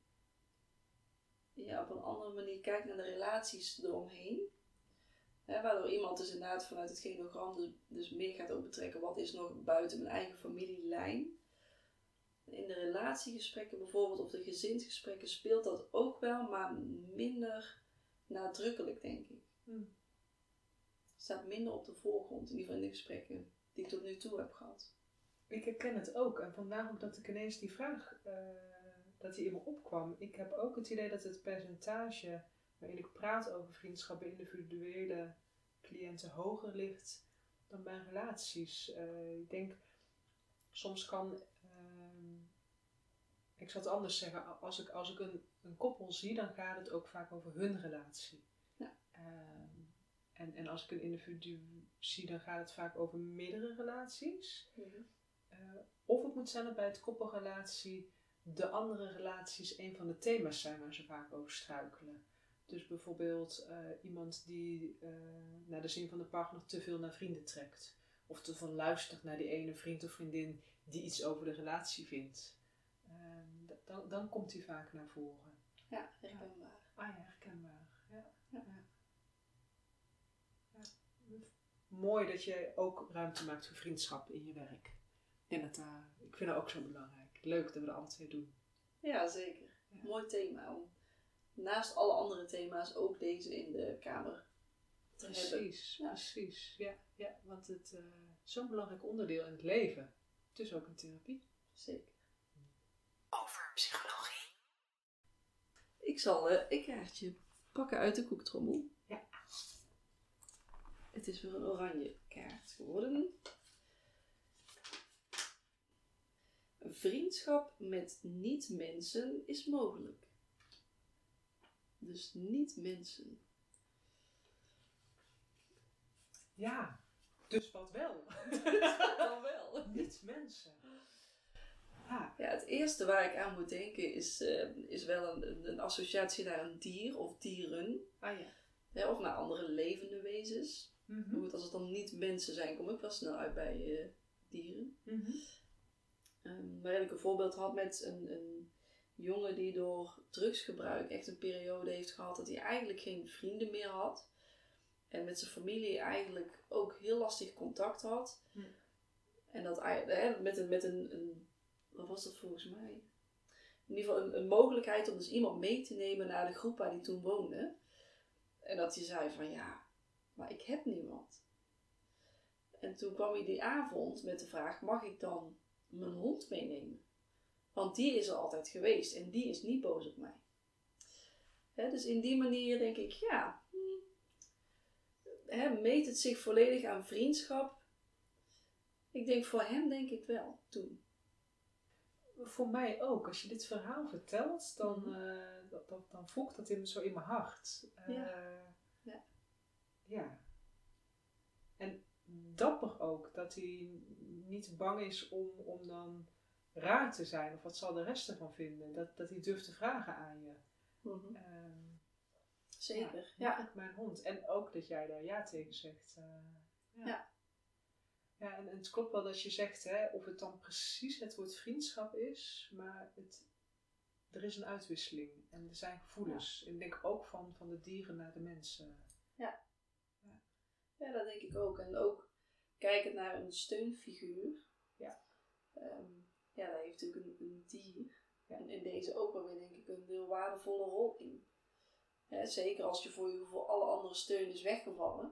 ja, op een andere manier kijkt naar de relaties eromheen. He, waardoor iemand dus inderdaad vanuit het genogram dus, dus meer gaat ook betrekken wat is nog buiten mijn eigen familielijn. In de relatiegesprekken bijvoorbeeld of de gezinsgesprekken speelt dat ook wel, maar minder nadrukkelijk denk ik. Hmm. Het staat minder op de voorgrond in ieder geval in de gesprekken die ik tot nu toe heb gehad. Ik herken het ook en vandaar ook dat ik ineens die vraag, uh, dat die in me opkwam. Ik heb ook het idee dat het percentage waarin ik praat over vriendschap bij individuele cliënten hoger ligt dan bij relaties. Uh, ik denk, soms kan, uh, ik zal het anders zeggen, als ik, als ik een, een koppel zie, dan gaat het ook vaak over hun relatie. Ja. Uh, en, en als ik een individu zie, dan gaat het vaak over meerdere relaties. Mm-hmm. Uh, of het moet zijn dat bij het koppelrelatie de andere relaties een van de thema's zijn waar ze vaak over struikelen. Dus bijvoorbeeld uh, iemand die uh, naar de zin van de partner te veel naar vrienden trekt. Of te veel luistert naar die ene vriend of vriendin die iets over de relatie vindt. Uh, dan, dan komt die vaak naar voren. Ja, herkenbaar. Ah ja, herkenbaar. Ja. Ja. Ja. Ja. Mooi dat je ook ruimte maakt voor vriendschap in je werk. En dat, uh, ik vind dat ook zo belangrijk. Leuk dat we dat alle twee doen. Ja, zeker. Ja. Mooi thema om naast alle andere thema's ook deze in de kamer te precies, hebben. Ja. Precies, ja, ja. Want het uh, is zo'n belangrijk onderdeel in het leven. Het is ook een therapie. Zeker. Over psychologie. Ik zal uh, een kaartje pakken uit de koektrommel. Ja. Het is weer een oranje kaart geworden. Een vriendschap met niet-mensen is mogelijk. Dus niet-mensen. Ja, dus wat wel? Dan wel. Niet-mensen. Ja. Ja, het eerste waar ik aan moet denken is, uh, is wel een, een associatie naar een dier of dieren. Ah ja. Ja, of naar andere levende wezens. Mm-hmm. Goed, als het dan niet mensen zijn, kom ik wel snel uit bij uh, dieren. Mm-hmm. Um, waarin ik een voorbeeld had met een, een jongen die door drugsgebruik echt een periode heeft gehad dat hij eigenlijk geen vrienden meer had. En met zijn familie eigenlijk ook heel lastig contact had. Mm. En dat hè, met, een, met een, een, wat was dat volgens mij? In ieder geval een, een mogelijkheid om dus iemand mee te nemen naar de groep waar hij toen woonde. En dat hij zei van ja, maar ik heb niemand. En toen kwam hij die avond met de vraag, mag ik dan mijn hond meenemen? Want die is er altijd geweest en die is niet boos op mij. Hè, dus in die manier denk ik, ja, hm, hè, meet het zich volledig aan vriendschap? Ik denk voor hem denk ik wel, toen. Voor mij ook. Als je dit verhaal vertelt, dan, Mm-hmm. uh, dat, dat, dan voelt dat in, zo in mijn hart. Uh, ja. Ja. Ja. En dapper ook, dat hij niet bang is om, om dan raar te zijn. Of wat zal de rest ervan vinden? Dat, dat hij durft te vragen aan je. Mm-hmm. Um, Zeker. Ja, ja. ik mijn hond. En ook dat jij daar ja tegen zegt. Uh, ja. ja. Ja, en, en het klopt wel dat je zegt, hè, of het dan precies het woord vriendschap is, maar het, er is een uitwisseling en er zijn gevoelens. Ja. En ik denk ook van, van de dieren naar de mensen. Ja. ja. Ja, dat denk ik ook. En ook kijkend naar een steunfiguur. Ja. Um, ja, daar heeft natuurlijk een, een dier. Ja. En in deze ook wel weer denk ik een heel waardevolle rol in. Ja, zeker als je voor je voor alle andere steun is weggevallen.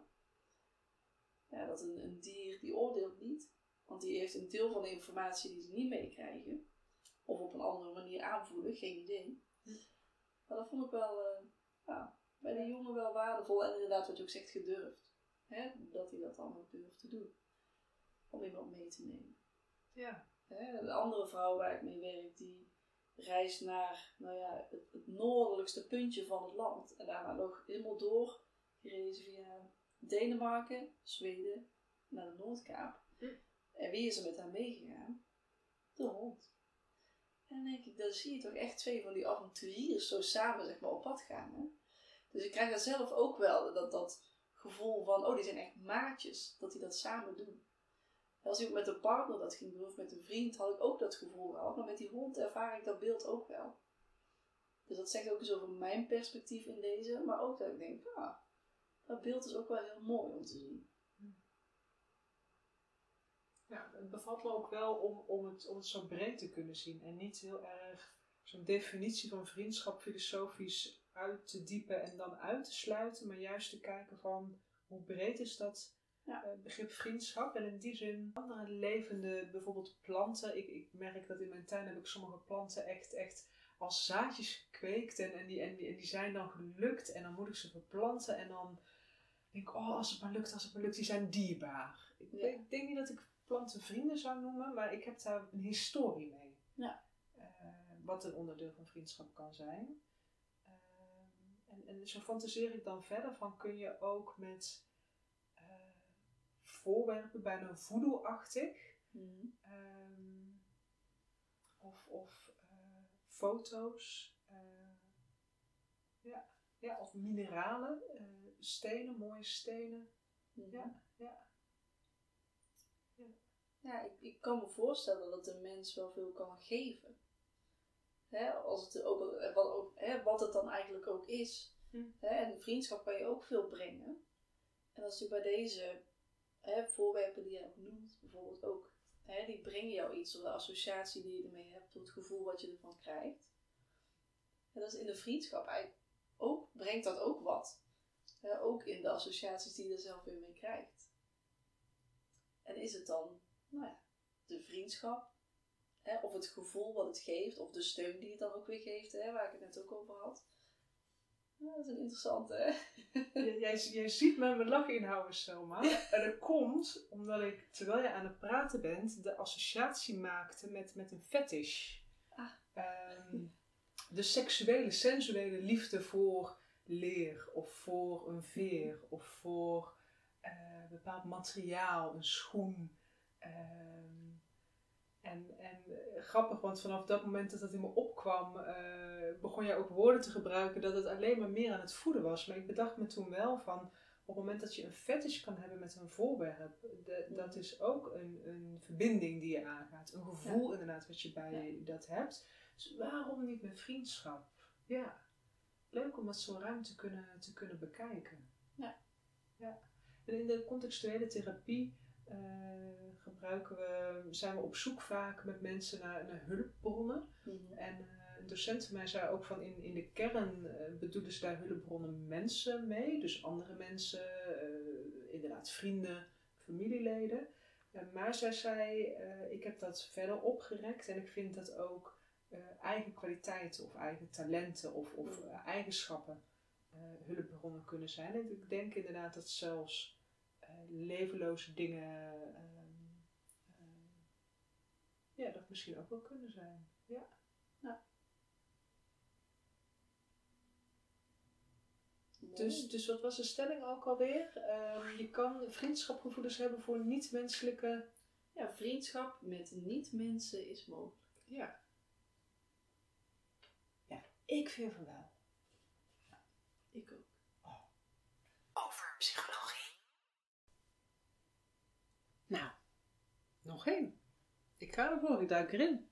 Ja, dat een, een dier die oordeelt niet. Want die heeft een deel van de informatie die ze niet meekrijgen. Of op een andere manier aanvoelen, geen idee. Hm. Maar dat vond ik wel uh, ja, bij de jongen wel waardevol. En inderdaad wat je ook zegt, gedurfd. Hè? Dat hij dat dan ook durft te doen. Om iemand mee te nemen. Ja. Hè? Een andere vrouw waar ik mee werk, die reist naar nou ja, het, het noordelijkste puntje van het land. En daarna nog helemaal door gerezen via Denemarken, Zweden, naar de Noordkaap. Hm. En wie is er met haar meegegaan? De hond. En dan denk ik, dan zie je toch echt twee van die avonturiers zo samen zeg maar, op pad gaan. Hè? Dus ik krijg dat zelf ook wel, dat, dat gevoel van, oh die zijn echt maatjes, dat die dat samen doen. Als ik met een partner dat ging doen, of met een vriend, had ik ook dat gevoel gehad. Maar met die hond ervaar ik dat beeld ook wel. Dus dat zegt ook eens over mijn perspectief in deze, maar ook dat ik denk, ah, dat beeld is ook wel heel mooi om te zien. Ja, het bevalt me ook wel om, om, het, om het zo breed te kunnen zien. En niet heel erg zo'n definitie van vriendschap filosofisch uit te diepen en dan uit te sluiten. Maar juist te kijken van hoe breed is dat ja. uh, begrip vriendschap. En in die zin andere levende, bijvoorbeeld planten. Ik, ik merk dat in mijn tuin heb ik sommige planten echt, echt als zaadjes gekweekt. En, en, die, en, die, en die zijn dan gelukt. En dan moet ik ze verplanten. En dan denk ik, oh als het maar lukt, als het maar lukt. Die zijn dierbaar. Ik, ja. ik denk niet dat ik planten vrienden zou noemen, maar ik heb daar een historie mee. Ja. Uh, wat een onderdeel van vriendschap kan zijn. Uh, en, en zo fantaseer ik dan verder van, kun je ook met uh, voorwerpen, bijna voodoo-achtig, mm. um, of, of uh, foto's. Uh, ja, ja, of mineralen, uh, stenen, mooie stenen. Mm-hmm. Ja, ja. Ja, ja ik, ik kan me voorstellen dat een mens wel veel kan geven. Hè, als het ook, wat, ook, hè, wat het dan eigenlijk ook is. Hm. Hè, en vriendschap kan je ook veel brengen. En als je bij deze hè, voorwerpen die je ook noemt, bijvoorbeeld ook, hè, die brengen jou iets door de associatie die je ermee hebt, door het gevoel wat je ervan krijgt. En dat is in de vriendschap eigenlijk ook, brengt dat ook wat. Hè, ook in de associaties die je er zelf weer mee krijgt. En is het dan, nou ja, de vriendschap, hè, of het gevoel wat het geeft, of de steun die het dan ook weer geeft, hè, waar ik het net ook over had. Nou, dat is een interessante, hè? Jij, jij, jij ziet me mijn lach inhouden, Selma. Ja. En dat komt omdat ik, terwijl je aan het praten bent, de associatie maakte met, met een fetish. Ah. Um, de seksuele, sensuele liefde voor leer, of voor een veer, of voor uh, bepaald materiaal, een schoen. Um, En, en uh, grappig, want vanaf dat moment dat dat in me opkwam, uh, begon jij ook woorden te gebruiken dat het alleen maar meer aan het voeden was. Maar ik bedacht me toen wel van, op het moment dat je een fetish kan hebben met een voorwerp, de, dat is ook een, een verbinding die je aangaat. Een gevoel ja. inderdaad wat je bij ja. dat hebt. Dus waarom niet met vriendschap? Ja, leuk om dat zo ruim te kunnen, te kunnen bekijken. Ja. Ja. En in de contextuele therapie Uh, gebruiken we, zijn we op zoek vaak met mensen naar, naar hulpbronnen. Mm-hmm. En uh, een docent van mij zei ook van in, in de kern uh, bedoelen ze daar hulpbronnen mensen mee. Dus andere mensen, uh, inderdaad vrienden, familieleden. Uh, maar zij zei, uh, ik heb dat verder opgerekt en ik vind dat ook uh, eigen kwaliteiten of eigen talenten of, of uh, eigenschappen uh, hulpbronnen kunnen zijn. En ik denk inderdaad dat zelfs Uh, levenloze dingen, uh, uh, ja, dat misschien ook wel kunnen zijn. Ja. ja. Dus, dus wat was de stelling ook alweer? Uh, je kan vriendschapgevoelens hebben voor niet-menselijke... Ja, vriendschap met niet-mensen is mogelijk. Ja. Ja, ik vind van wel. Ja, ik ook. Oh. Over psychologie. Nou, nog één. Ik ga ervoor, ik duik erin.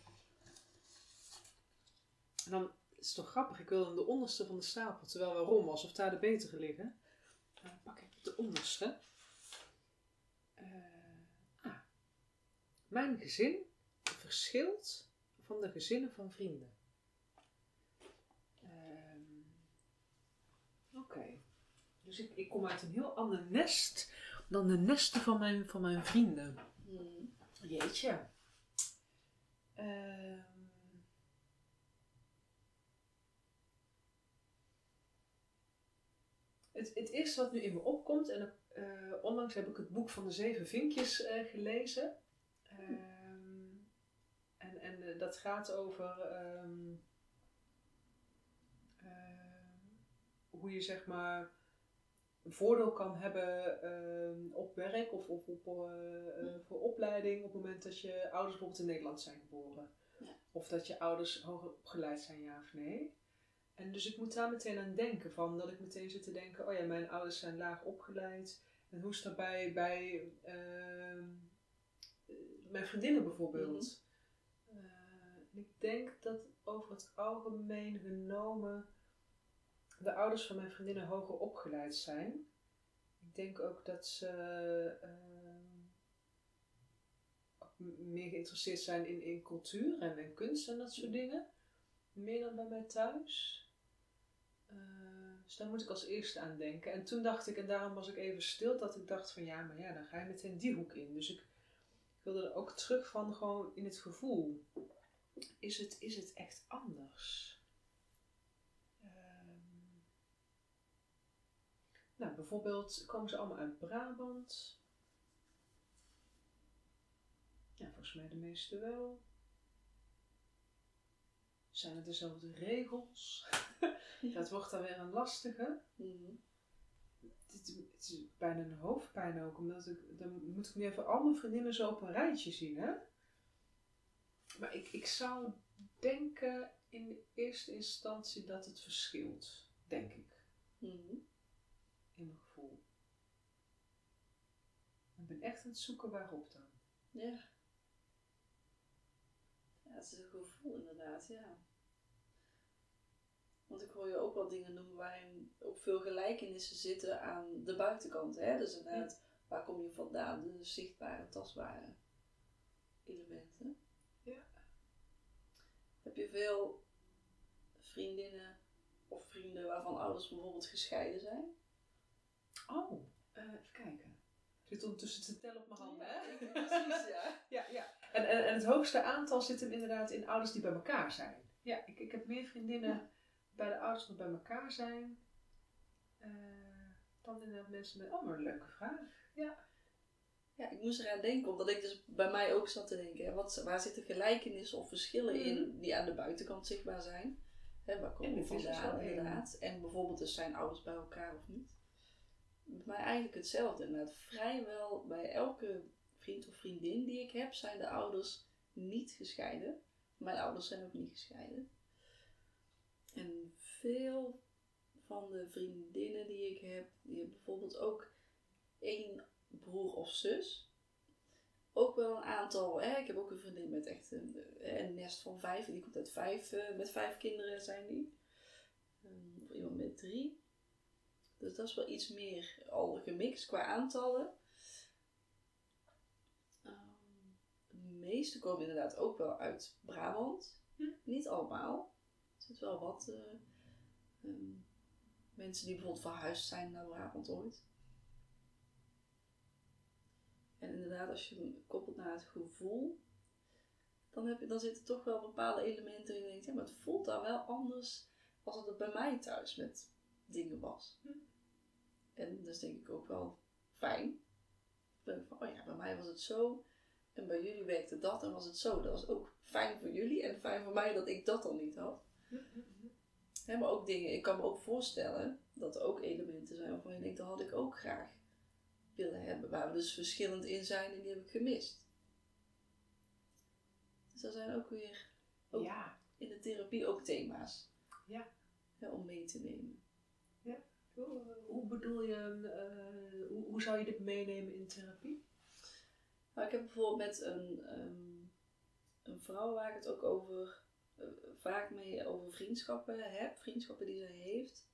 En dan is het toch grappig, ik wil dan de onderste van de stapel. Terwijl waarom? Alsof daar de betere liggen. Dan pak ik de onderste. Uh, ah. Mijn gezin verschilt van de gezinnen van vrienden. Uh, Oké. Okay. Dus ik, ik kom uit een heel ander nest dan de nesten van mijn, van mijn vrienden. Hmm. Jeetje. Uh, het, het eerste wat nu in me opkomt, en uh, onlangs heb ik het boek van de zeven vinkjes uh, gelezen. Uh, en en uh, dat gaat over um, uh, hoe je zeg maar een voordeel kan hebben uh, op werk of, of op, uh, uh, voor opleiding op het moment dat je ouders bijvoorbeeld in Nederland zijn geboren. Ja. Of dat je ouders hoger opgeleid zijn, ja of nee. En dus ik moet daar meteen aan denken, van dat ik meteen zit te denken, oh ja, mijn ouders zijn laag opgeleid. En hoe is dat bij, bij uh, mijn vriendinnen bijvoorbeeld? Mm-hmm. Uh, ik denk dat over het algemeen genomen de ouders van mijn vriendinnen hoger opgeleid zijn. Ik denk ook dat ze uh, ook meer geïnteresseerd zijn in, in cultuur en, en kunst en dat soort dingen. Meer dan bij mij thuis. Uh, dus daar moet ik als eerste aan denken. En toen dacht ik, en daarom was ik even stil, dat ik dacht van ja, maar ja, dan ga je meteen die hoek in. Dus ik, ik wilde er ook terug van gewoon in het gevoel. Is het, is het echt anders? Nou, bijvoorbeeld komen ze allemaal uit Brabant. Ja, volgens mij de meeste wel. Zijn het dezelfde regels? Ja. Dat wordt dan weer een lastige. Mm-hmm. Het, het is bijna een hoofdpijn ook, omdat ik, dan moet ik nu even al mijn vriendinnen zo op een rijtje zien, hè? Maar ik, ik zou denken in de eerste instantie dat het verschilt, denk ik, Mm-hmm. in mijn gevoel. Ik ben echt aan het zoeken waarop dan. Ja. Ja, het is een gevoel inderdaad, ja. Want ik hoor je ook wel dingen noemen waarin ook veel gelijkenissen zitten aan de buitenkant. Hè? Dus inderdaad, waar kom je vandaan? De zichtbare, tastbare elementen. Ja. Heb je veel vriendinnen of vrienden waarvan ouders bijvoorbeeld gescheiden zijn? Oh, uh, even kijken. Ik zit ondertussen te tellen op mijn handen, Ja, hè? precies, ja. ja, ja. En, en, en het hoogste aantal zit hem inderdaad in ouders die bij elkaar zijn. Ja, ik, ik heb meer vriendinnen ja. bij de ouders die bij elkaar zijn. Uh, dan inderdaad mensen met... Oh, maar een leuke vraag. Ja. Ja, ik moest eraan denken, omdat ik dus bij mij ook zat te denken. Hè, wat, waar zitten gelijkenissen of verschillen mm-hmm. in die aan de buitenkant zichtbaar zijn? Hè, waar komen we vandaan inderdaad? En bijvoorbeeld dus zijn ouders bij elkaar of niet? Bij mij eigenlijk hetzelfde inderdaad. Vrijwel bij elke vriend of vriendin die ik heb, zijn de ouders niet gescheiden. Mijn ouders zijn ook niet gescheiden. En veel van de vriendinnen die ik heb, die hebben bijvoorbeeld ook één broer of zus. Ook wel een aantal, hè? Ik heb ook een vriendin met echt een, een nest van vijf. Die komt uit vijf, uh, met vijf kinderen zijn die. Um, of iemand met drie. Dus dat is wel iets meer al gemixt qua aantallen. Um, de meeste komen inderdaad ook wel uit Brabant. Hm. Niet allemaal. Er zitten wel wat uh, um, mensen die bijvoorbeeld verhuisd zijn naar Brabant ooit. En inderdaad, als je hem koppelt naar het gevoel, dan, heb je, dan zitten toch wel bepaalde elementen in je denkt, ja, maar het voelt dan wel anders als het bij mij thuis met dingen was. Hm. En dat is denk ik ook wel fijn. Dan denk ik van, oh ja, bij mij was het zo en bij jullie werkte dat en was het zo. Dat was ook fijn voor jullie en fijn voor mij dat ik dat dan niet had. Hm. Ja, maar ook dingen, ik kan me ook voorstellen dat er ook elementen zijn waarvan je denkt, dat had ik ook graag willen hebben, waar we dus verschillend in zijn en die heb ik gemist. Dus er zijn ook weer ook ja. in de therapie ook thema's ja. Ja, om mee te nemen. Ja. Hoe, hoe bedoel je, uh, hoe, hoe zou je dit meenemen in therapie? Nou, ik heb bijvoorbeeld met een, um, een vrouw waar ik het ook over uh, vaak mee over vriendschappen heb, vriendschappen die zij heeft.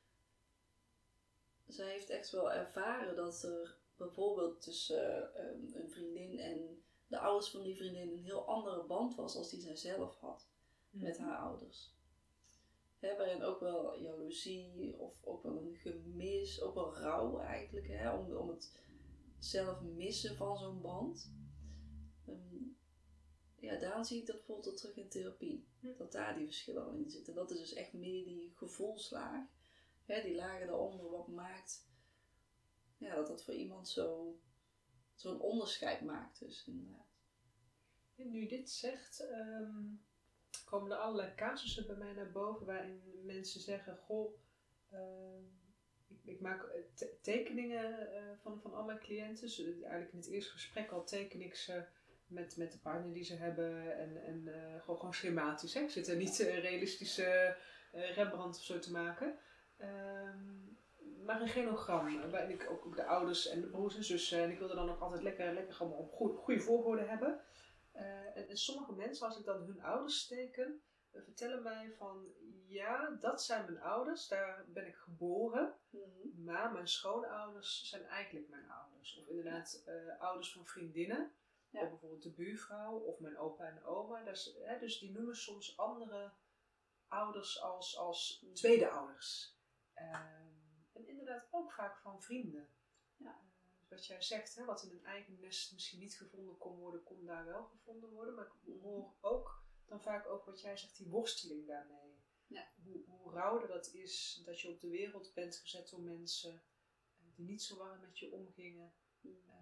Zij heeft echt wel ervaren dat er bijvoorbeeld tussen uh, um, een vriendin en de ouders van die vriendin een heel andere band was als die zij zelf had mm-hmm. met haar ouders. Hè, waarin ook wel jaloezie of ook wel een gemis, ook wel rouw eigenlijk, hè, om, om het zelf missen van zo'n band. Um, ja, daarom zie ik dat bijvoorbeeld terug in therapie. Mm. Dat daar die verschillen al in zitten. Dat is dus echt meer die gevoelslaag. Hè, die lagen daaronder wat maakt, ja, dat dat voor iemand zo, zo'n onderscheid maakt dus inderdaad. En nu je dit zegt, um, komen er allerlei casussen bij mij naar boven waarin mensen zeggen, goh, uh, ik, ik maak te- tekeningen uh, van, van al mijn cliënten. Dus eigenlijk in het eerste gesprek al teken ik ze met, met de partner die ze hebben en, en uh, gewoon, gewoon schematisch. Hè? Ik zit er niet uh, realistische uh, Rembrandt of zo te maken. Um, maar een genogram, waarin ik ook, ook de ouders en de broers en zussen, en ik wilde dan ook altijd lekker, lekker allemaal op goede, goede volgorde hebben. Uh, en, en sommige mensen, als ik dan hun ouders teken, uh, vertellen mij van, ja, dat zijn mijn ouders, daar ben ik geboren, mm-hmm. maar mijn schoonouders zijn eigenlijk mijn ouders. Of inderdaad uh, ouders van vriendinnen, ja. Of bijvoorbeeld de buurvrouw, of mijn opa en oma. Is, hè, dus die noemen soms andere ouders als, als tweede ouders. Um, en inderdaad ook vaak van vrienden. Ja. Uh, wat jij zegt, hè, wat in een eigen nest misschien niet gevonden kon worden, kon daar wel gevonden worden. Maar ik hoor ook dan vaak ook wat jij zegt, die worsteling daarmee. Ja. Hoe, hoe rauw dat is dat je op de wereld bent gezet door mensen die niet zo warm met je omgingen. Mm. Uh,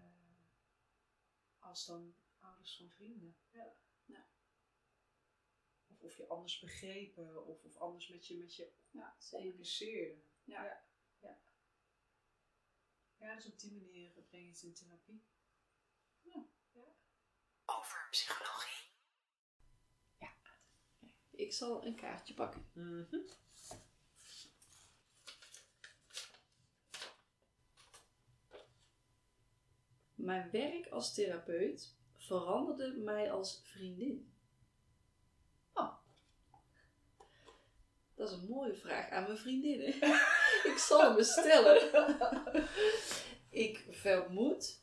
als dan ouders van vrienden. Ja. Ja. Of, of je anders begrepen of, of anders met je, met je ja, communiceerde. Ja. Ja. Ja. Ja, dus op die manier breng je het in therapie. Ja. Ja. Over psychologie. Ja. Ik zal een kaartje pakken. Mm-hmm. Mijn werk als therapeut veranderde mij als vriendin. Oh. Dat is een mooie vraag aan mijn vriendinnen. Ik zal hem eens stellen. Ik vermoed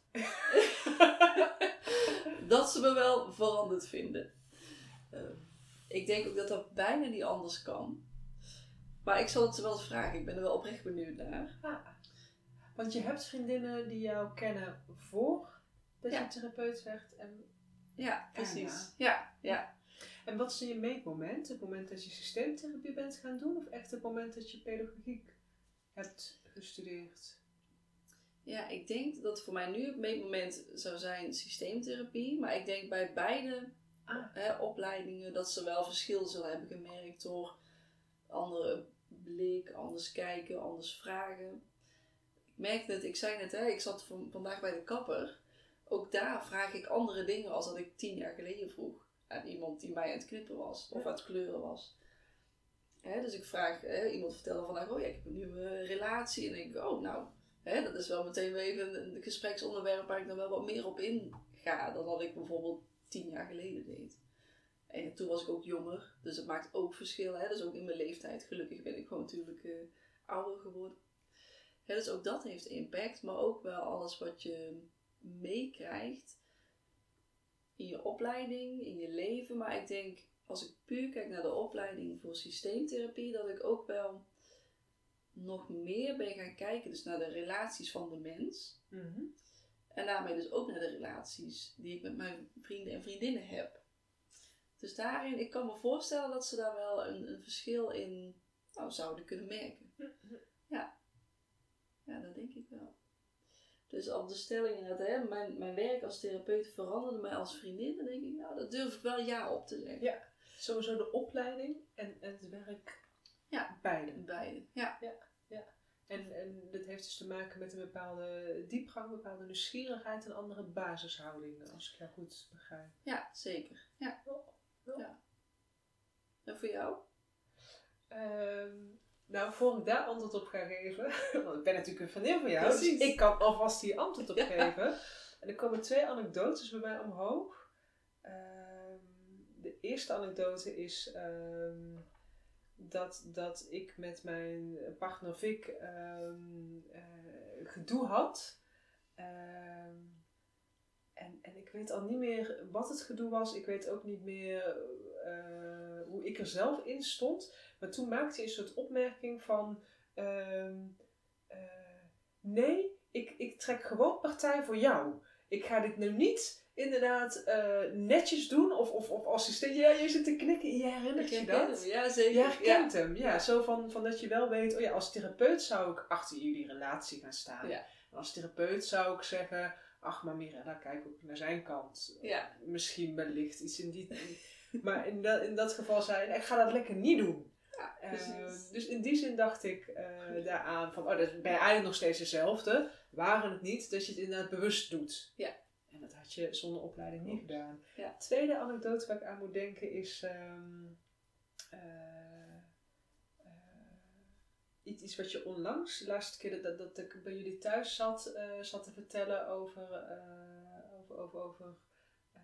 dat ze me wel veranderd vinden. Uh, ik denk ook dat dat bijna niet anders kan. Maar ik zal het ze wel eens vragen. Ik ben er wel oprecht benieuwd naar. Ah, want je hebt vriendinnen die jou kennen voor dat ja. je therapeut werd. En... Ja, precies. Ja, ja. En wat is je meetmoment? Het moment dat je systeemtherapie bent gaan doen? Of echt het moment dat je pedagogiek hebt gestudeerd? Ja, ik denk dat voor mij nu het meetmoment zou zijn systeemtherapie. Maar ik denk bij beide ah. hè, opleidingen dat ze wel verschil zullen hebben gemerkt door andere blik, anders kijken, anders vragen. Ik merkte het, ik zei net, hè, ik zat v- vandaag bij de kapper. Ook daar vraag ik andere dingen als dat ik tien jaar geleden vroeg aan iemand die mij aan het knippen was of aan het kleuren was. Hè, dus ik vraag, hè, iemand vertelde vandaag, oh ja, ik heb een nieuwe relatie. En ik denk, oh nou, hè, dat is wel meteen weer even een gespreksonderwerp waar ik dan wel wat meer op inga dan dat ik bijvoorbeeld tien jaar geleden deed. En toen was ik ook jonger, dus het maakt ook verschil. Hè? Dus ook in mijn leeftijd, gelukkig ben ik gewoon natuurlijk uh, ouder geworden. Hè, dus ook dat heeft impact, maar ook wel alles wat je meekrijgt in je opleiding, in je leven. Maar ik denk, als ik puur kijk naar de opleiding voor systeemtherapie, dat ik ook wel nog meer ben gaan kijken dus naar de relaties van de mens. Mm-hmm. En daarmee dus ook naar de relaties die ik met mijn vrienden en vriendinnen heb. Dus daarin, ik kan me voorstellen dat ze daar wel een, een verschil in nou, zouden kunnen merken. Ja. Ja, dat denk ik wel. Dus op de stelling inderdaad, hè, mijn, mijn werk als therapeut veranderde mij als vriendin. Dan denk ik, nou, dat durf ik wel ja op te zeggen. Ja, sowieso de opleiding en, en het werk. Ja, beide. Beide, ja. Ja, ja. En, en dat heeft dus te maken met een bepaalde diepgang, een bepaalde nieuwsgierigheid en andere basishoudingen, als ik jou goed begrijp. Ja, zeker. Ja. Oh, oh. Ja. En voor jou? Um, nou, voor ik daar antwoord op ga geven, want ik ben natuurlijk een vriendin van jou, Precies. dus ik kan alvast hier antwoord op ja. geven. En er komen twee anekdotes bij mij omhoog. Um, de eerste anekdote is um, dat, dat ik met mijn partner Vic um, uh, gedoe had. Um, en, en ik weet al niet meer wat het gedoe was. Ik weet ook niet meer uh, hoe ik er zelf in stond. Maar toen maakte hij een soort opmerking van... Um, uh, nee, ik, ik trek gewoon partij voor jou. Ik ga dit nu niet inderdaad uh, netjes doen of, of, of assistent. Ja, je zit te knikken. Je herinnert je dat? Hem. Ja, zeker. Je herkent ja. hem. Ja, ja. Zo van, van dat je wel weet... Oh ja, als therapeut zou ik achter jullie relatie gaan staan. Ja. En als therapeut zou ik zeggen... Ach, maar Mirella, kijk ook naar zijn kant. Ja. Misschien wellicht iets in die... maar in, dat, in dat geval zei hij... Ik ga dat lekker niet doen. Ja, uh, dus in die zin dacht ik uh, daaraan van... Oh, dat ben je eigenlijk nog steeds dezelfde. Waren het niet dat je het inderdaad bewust doet. Ja. En dat had je zonder opleiding niet gedaan. Ja. Tweede anekdote waar ik aan moet denken is... Um, uh, uh, iets, iets wat je onlangs, de laatste keer dat, dat ik bij jullie thuis zat, uh, zat te vertellen over... Uh, over, over, over uh,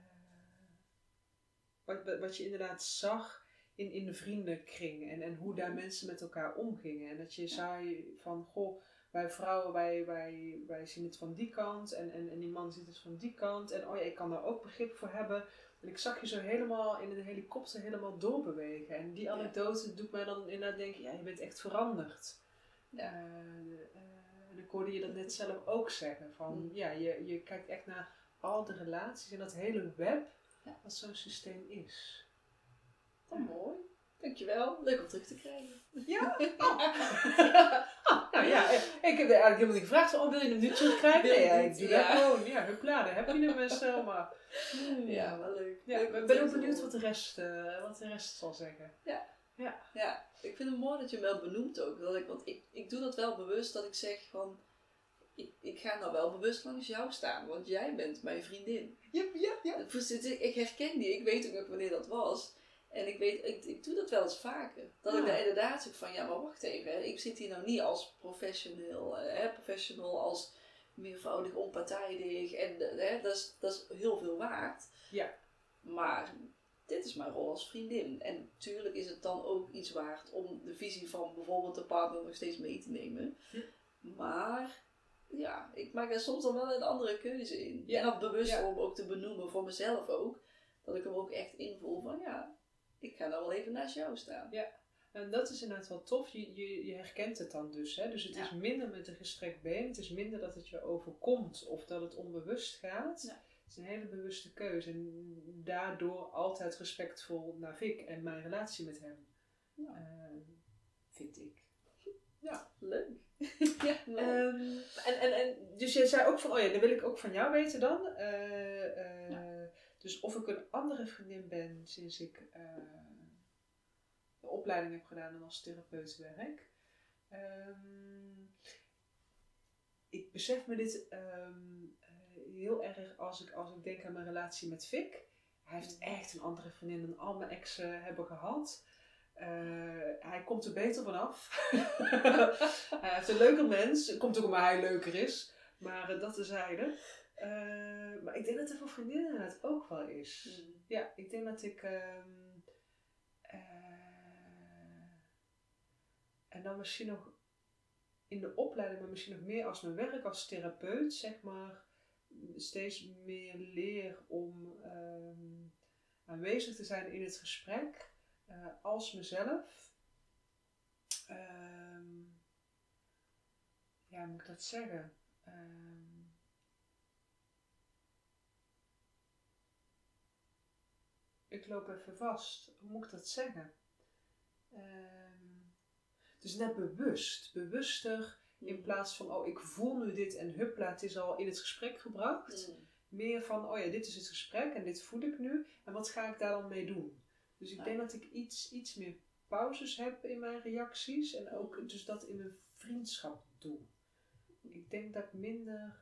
wat, wat je inderdaad zag... In, in de vriendenkring en, en hoe daar mensen met elkaar omgingen. En dat je zei van, goh, wij vrouwen, wij, wij, wij zien het van die kant en, en, en die man ziet het van die kant. En oh ja, ik kan daar ook begrip voor hebben. En ik zag je zo helemaal in een helikopter helemaal doorbewegen. En die anekdote doet mij dan inderdaad denken, ja, je bent echt veranderd. Ja. Uh, uh, en ik hoorde je dat net zelf ook zeggen. Van, mm. ja, je, je kijkt echt naar al de relaties en dat hele web ja. wat zo'n systeem is. Oh, mooi. Dankjewel. Leuk om terug te krijgen. Ja? Oh. oh, nou ja, ik heb eigenlijk helemaal niet gevraagd. Oh, wil je hem nu terugkrijgen? Nee, ja, ik doe ja. dat gewoon. Ja, huppla, daar heb je hem best wel. Maar... Hmm. Ja, wel leuk. Ja, leuk ik ben ook benieuwd wat de, rest, uh, wat de rest zal zeggen. Ja. Ja. Ja, ik vind het mooi dat je hem wel benoemt ook. Dat ik, want ik, ik doe dat wel bewust, dat ik zeg van... Ik, ik ga nou wel bewust langs jou staan, want jij bent mijn vriendin. Ja, ja, ja. Ik herken die, ik weet ook nog wanneer dat was. En ik weet, ik, ik doe dat wel eens vaker. Dat Ja. ik daar inderdaad zeg van, ja maar wacht even. Hè. Ik zit hier nou niet als professional, hè, professional als meervoudig onpartijdig. En hè, dat, is, dat is heel veel waard. Ja. Maar dit is mijn rol als vriendin. En natuurlijk is het dan ook iets waard om de visie van bijvoorbeeld de partner nog steeds mee te nemen. Hm. Maar ja, ik maak er soms dan wel een andere keuze in. Ja. En dat bewust Ja. om ook te benoemen voor mezelf ook. Dat ik hem ook echt invoel van ja, ik ga nou wel even naast jou staan. Ja. En dat is inderdaad wel tof. Je, je, je herkent het dan dus. Hè? Dus het Ja. is minder met een gestrekt been. Het is minder dat het je overkomt of dat het onbewust gaat. Ja. Het is een hele bewuste keuze. En daardoor altijd respectvol naar Vic en mijn relatie met hem. Ja. Uh, vind ik. Leuk. ja, leuk. Um, en, en, en, dus jij zei ook van, oh ja, dat wil ik ook van jou weten dan. Uh, uh, Ja. Dus of ik een andere vriendin ben sinds ik uh, de opleiding heb gedaan en als therapeut werk. Um, ik besef me dit um, uh, heel erg als ik, als ik denk aan mijn relatie met Vic. Hij heeft echt een andere vriendin dan al mijn exen hebben gehad. Uh, hij komt er beter vanaf. Hij heeft een leuker mens. Komt ook omdat hij leuker is. Maar uh, dat terzijde. Uh, maar ik denk dat er voor vriendinnen het ook wel is. Mm. Ja, ik denk dat ik... Um, uh, en dan misschien nog in de opleiding, maar misschien nog meer als mijn werk als therapeut, zeg maar, steeds meer leer om um, aanwezig te zijn in het gesprek. Uh, als mezelf. Um, ja, hoe moet ik dat zeggen? Um, ik loop even vast. Hoe moet ik dat zeggen? Um, dus net bewust. Bewuster in plaats van, oh, ik voel nu dit en huppla, het is al in het gesprek gebracht. Mm. Meer van, oh ja, dit is het gesprek en dit voel ik nu. En wat ga ik daar dan mee doen? Dus ik Ja. denk dat ik iets, iets meer pauzes heb in mijn reacties. En ook dus dat in mijn vriendschap doe. Ik denk dat ik minder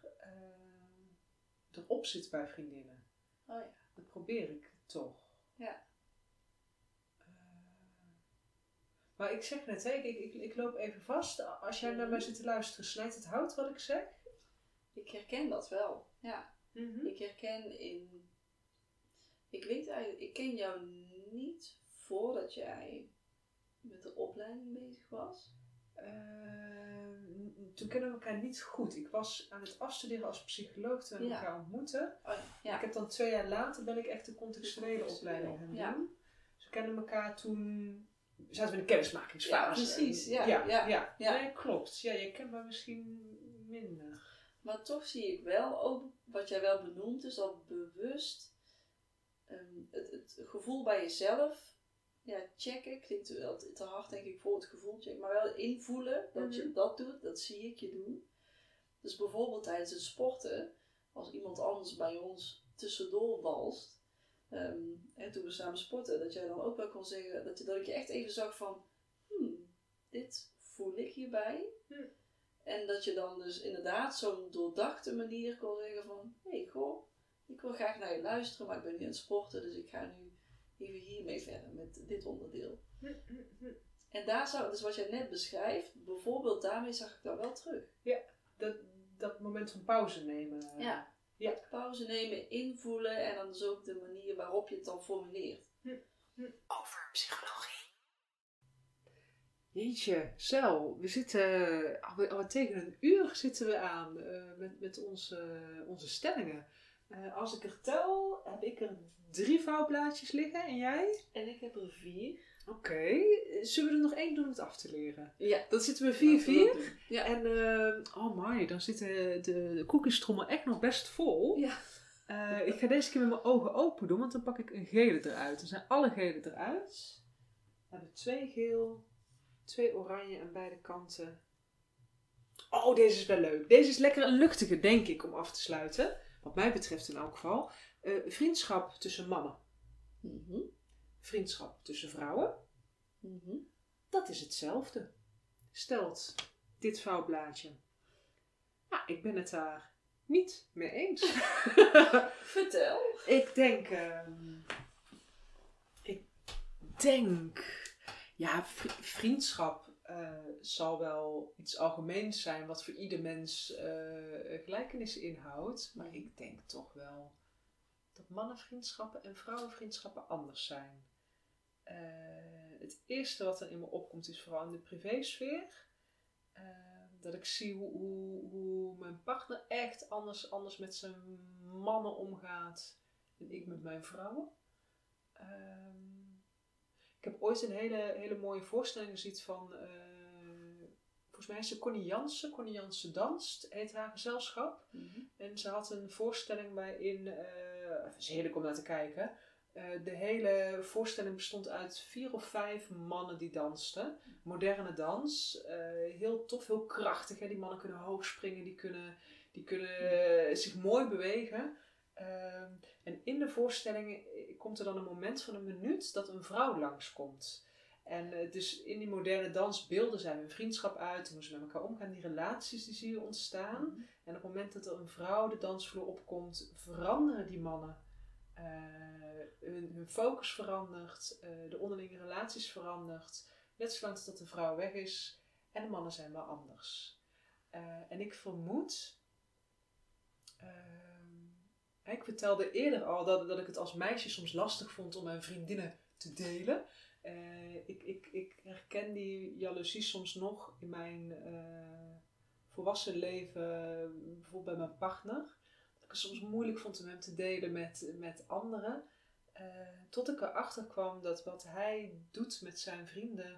uh, erop zit bij vriendinnen. Oh ja. Dat probeer ik toch. Ja. Uh, maar ik zeg net, hè, ik, ik, ik loop even vast. Als jij naar mij zit te luisteren, snijdt het hout wat ik zeg? Ik herken dat wel. Ja. Mm-hmm. Ik herken in... Ik weet eigenlijk... Ik ken jou niet voordat jij met de opleiding bezig was. Uh, toen kennen we elkaar niet goed. Ik was aan het afstuderen als psycholoog toen we Ja. elkaar ontmoeten. Oh, ja. Ik heb dan twee jaar later ben ik echt de contextuele opleiding gaan doen. Ja. Dus we kennen elkaar toen... Zaten we in de kennismakingsfase. Ja, precies. Ja, ja, ja, ja. ja. Nee, klopt. Ja, je kent me misschien minder. Maar toch zie ik wel ook, wat jij wel benoemt, is dat bewust um, het, het gevoel bij jezelf, ja, checken, klinkt wel te, te hard denk ik voor het gevoel checken, maar wel invoelen dat Mm-hmm. je dat doet, dat zie ik je doen. Dus bijvoorbeeld tijdens het sporten, als iemand anders bij ons tussendoor walst, um, en toen we samen sporten, dat jij dan ook wel kon zeggen, dat, je, dat ik je echt even zag van, hmm, dit voel ik hierbij. Hm. En dat je dan dus inderdaad zo'n doordachte manier kon zeggen van... Hé, hey, goh, ik wil graag naar je luisteren, maar ik ben nu aan het sporten. Dus ik ga nu even hiermee verder met dit onderdeel. Hm, hm, hm. En daar zou, dus wat jij net beschrijft, bijvoorbeeld daarmee zag ik dat wel terug. Dat, dat moment van pauze nemen. Ja. Ja. Pauze nemen, invoelen en dan dus ook de manier waarop je het dan formuleert. Over psychologie. Jeetje, zo, we zitten al, al tegen een uur zitten we aan uh, met, met onze, onze stellingen. Uh, als ik er tel, heb ik er drie vouwblaadjes liggen en jij? En ik heb er vier. Oké, okay. Zullen we er nog één doen om het af te leren? Ja. Dan zitten we vier vier. Ja. En, uh, oh my, dan zit de, de, de cookiestrommel echt nog best vol. Ja. Uh, ik ga deze keer met mijn ogen open doen, want dan pak ik een gele eruit. Dan zijn alle gele eruit. We hebben twee geel. Twee oranje aan beide kanten. Oh, deze is wel leuk. Deze is lekker een luchtige, denk ik, om af te sluiten. Wat mij betreft in elk geval. Uh, vriendschap tussen mannen. Mm-hmm. Vriendschap tussen vrouwen. Mm-hmm. Dat is hetzelfde. Stelt dit vouwblaadje. Nou, ik ben het daar niet mee eens. Vertel. Ik denk... Uh, ik denk... Ja, vri- vriendschap uh, zal wel iets algemeens zijn wat voor ieder mens uh, gelijkenissen inhoudt. Maar ik denk toch wel dat mannenvriendschappen en vrouwenvriendschappen anders zijn. Uh, het eerste wat er in me opkomt is vooral in de privésfeer. Uh, dat ik zie hoe, hoe, hoe mijn partner echt anders, anders met zijn mannen omgaat dan ik met mijn vrouwen. Um, ik heb ooit een hele, hele mooie voorstelling gezien van, uh, volgens mij is ze Connie Jansen. Connie Jansen danst, heet haar gezelschap. Mm-hmm. En ze had een voorstelling waarin, uh, het is heerlijk om naar te kijken. Uh, de hele voorstelling bestond uit vier of vijf mannen die dansten. Moderne dans. Uh, heel tof, heel krachtig. Hè? Die mannen kunnen hoog springen, die kunnen, die kunnen uh, zich mooi bewegen. Uh, en in de voorstelling komt er dan een moment van een minuut dat een vrouw langskomt. En uh, dus in die moderne dans beelden zij hun vriendschap uit, hoe ze met elkaar omgaan, die relaties die zie je ontstaan. Mm-hmm. En op het moment dat er een vrouw de dansvloer opkomt, veranderen die mannen. Uh, hun, hun focus verandert, uh, de onderlinge relaties verandert. Net zolang dat de vrouw weg is en de mannen zijn wel anders. Uh, en ik vermoed... Uh, Ik vertelde eerder al dat, dat ik het als meisje soms lastig vond om mijn vriendinnen te delen. Uh, ik, ik, ik herken die jaloezie soms nog in mijn uh, volwassen leven, bijvoorbeeld bij mijn partner. Dat ik het soms moeilijk vond om hem te delen met, met anderen. Uh, tot ik erachter kwam dat wat hij doet met zijn vrienden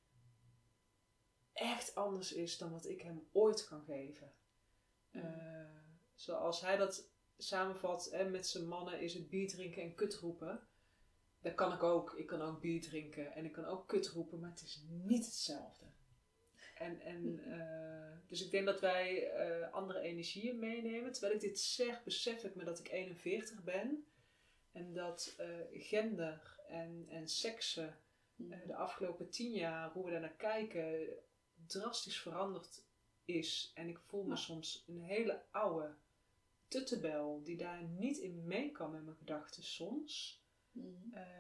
echt anders is dan wat ik hem ooit kan geven. Uh, zoals hij dat... samenvat, hè, met zijn mannen is het bier drinken en kut roepen. Dat kan ik ook. Ik kan ook bier drinken en ik kan ook kut roepen, maar het is niet hetzelfde. En, en, uh, dus ik denk dat wij uh, andere energieën meenemen. Terwijl ik dit zeg, besef ik me dat ik eenenveertig ben. En dat uh, gender en, en seksen uh, de afgelopen tien jaar, hoe we daar naar kijken, drastisch veranderd is. En ik voel me ja. soms een hele oude tuttebel die daar niet in mee kan met mijn gedachten soms. Mm-hmm. Uh,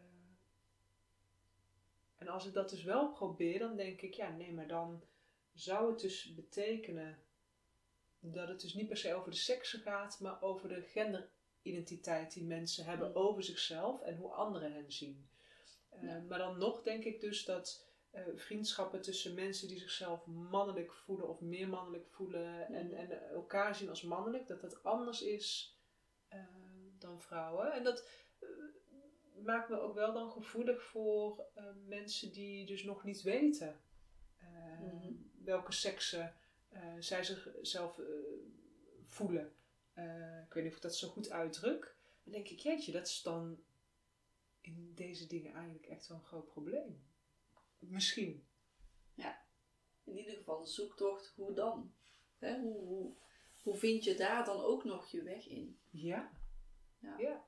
en als ik dat dus wel probeer, dan denk ik, ja nee, maar dan zou het dus betekenen dat het dus niet per se over de seksen gaat, maar over de genderidentiteit die mensen hebben mm-hmm. over zichzelf en hoe anderen hen zien. Uh, ja. Maar dan nog denk ik dus dat Uh, vriendschappen tussen mensen die zichzelf mannelijk voelen of meer mannelijk voelen mm-hmm. en, en elkaar zien als mannelijk, dat dat anders is uh, dan vrouwen. En dat uh, maakt me ook wel dan gevoelig voor uh, mensen die dus nog niet weten uh, mm-hmm. welke seksen uh, zij zichzelf uh, voelen. Uh, ik weet niet of ik dat zo goed uitdruk. Dan denk ik, jeetje, dat is dan in deze dingen eigenlijk echt wel een groot probleem. Misschien. Ja, in ieder geval een zoektocht, hoe dan? Hè? Hoe, hoe, hoe vind je daar dan ook nog je weg in? Ja. Ja. ja.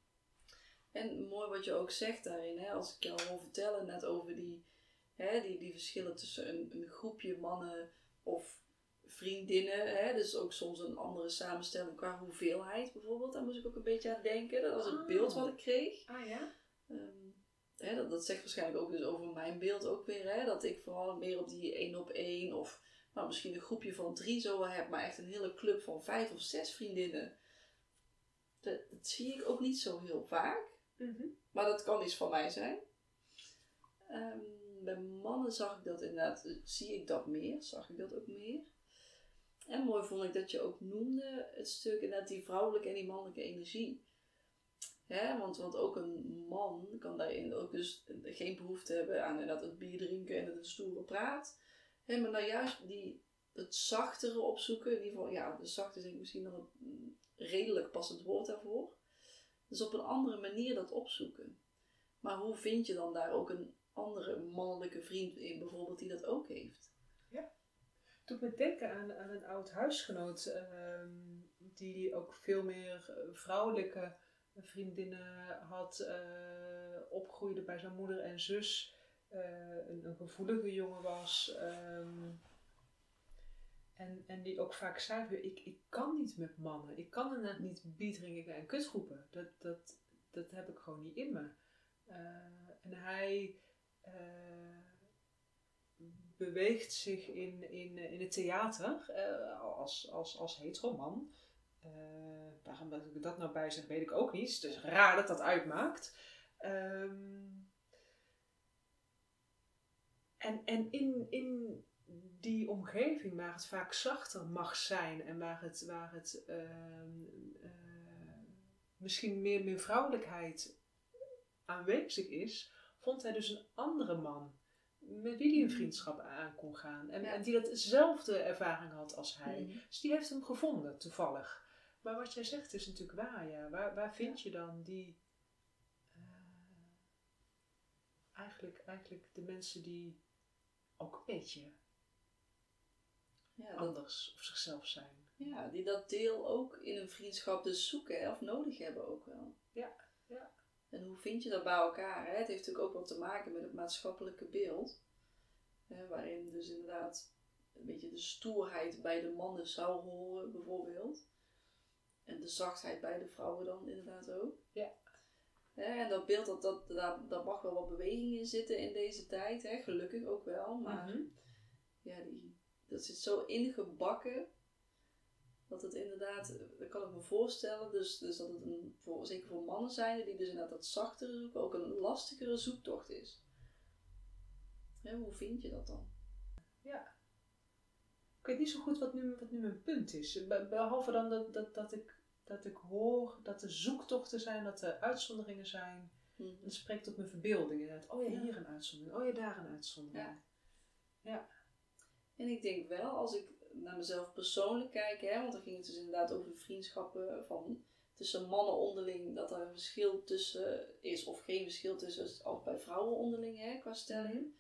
En mooi wat je ook zegt daarin, hè? Als ik jou al vertellen net over die, hè, die, die verschillen tussen een, een groepje mannen of vriendinnen, hè? Dus ook soms een andere samenstelling qua hoeveelheid bijvoorbeeld. Daar moest ik ook een beetje aan denken. Dat was het oh. beeld wat ik kreeg. Ah ja? Um, Hè, dat, dat zegt waarschijnlijk ook dus over mijn beeld ook weer. Hè, dat ik vooral meer op die één op één of nou, misschien een groepje van drie zo heb. Maar echt een hele club van vijf of zes vriendinnen. Dat, dat zie ik ook niet zo heel vaak. Mm-hmm. Maar dat kan iets van mij zijn. Um, bij mannen zag ik dat inderdaad. Zie ik dat meer. Zag ik dat ook meer. En mooi vond ik dat je ook noemde het stuk inderdaad die vrouwelijke en die mannelijke energie. Ja, want, want ook een man kan daarin ook dus geen behoefte hebben aan inderdaad het bier drinken en het stoere praat. Hè, maar nou juist die, het zachtere opzoeken. In ieder geval, ja, de zachte is denk ik misschien dan een redelijk passend woord daarvoor. Dus op een andere manier dat opzoeken. Maar hoe vind je dan daar ook een andere mannelijke vriend in bijvoorbeeld die dat ook heeft? Ja, doet me denken aan, aan een oud huisgenoot uh, die ook veel meer vrouwelijke vriendinnen had, uh, opgroeide bij zijn moeder en zus, uh, een, een gevoelige jongen was. Um, en, en die ook vaak zei, ik, ik kan niet met mannen. Ik kan inderdaad niet bier drinken en kut roepen. Dat, dat, dat heb ik gewoon niet in me. Uh, en hij uh, beweegt zich in, in, in het theater uh, als, als, als hetero man. Uh, waarom dat ik dat nou bij zeg, weet ik ook niet. Het is raar dat dat uitmaakt. Um, en en in, in die omgeving waar het vaak zachter mag zijn en waar het, waar het uh, uh, misschien meer, meer vrouwelijkheid aanwezig is, vond hij dus een andere man met wie hij een vriendschap aan kon gaan. En, ja. en die dat dezelfde ervaring had als hij. Mm. Dus die heeft hem gevonden, toevallig. Maar wat jij zegt is natuurlijk waar, ja. Waar, waar vind je dan die... Uh, eigenlijk, eigenlijk de mensen die ook een beetje ja, anders dat, of zichzelf zijn. Ja, die dat deel ook in een vriendschap dus zoeken hè, of nodig hebben ook wel. Ja, ja. En hoe vind je dat bij elkaar? Hè? Het heeft natuurlijk ook wat te maken met het maatschappelijke beeld. Hè, waarin dus inderdaad een beetje de stoerheid bij de mannen zou horen bijvoorbeeld. En de zachtheid bij de vrouwen dan inderdaad ook. Ja. Hè, en dat beeld, dat, dat, daar, daar mag wel wat beweging in zitten in deze tijd. Hè? Gelukkig ook wel. Maar mm-hmm. ja, die, dat zit zo ingebakken. Dat het inderdaad, dat kan ik me voorstellen, dus, dus dat het een, voor, zeker voor mannen zijn die dus inderdaad dat zachtere zoeken, ook een lastigere zoektocht is. Ja, hoe vind je dat dan? Ja. Ik weet niet zo goed wat nu, wat nu mijn punt is. Behalve dan dat, dat, dat, ik, dat ik hoor dat er zoektochten zijn, dat er uitzonderingen zijn. Mm-hmm. Dat spreekt op mijn verbeelding. Inderdaad. Oh ja, hier een uitzondering. Oh ja, daar een uitzondering. Ja. Ja. En ik denk wel, als ik naar mezelf persoonlijk kijken, hè, want dan ging het dus inderdaad over de vriendschappen van tussen mannen onderling, dat er een verschil tussen is of geen verschil tussen als bij vrouwen onderling hè, qua stelling.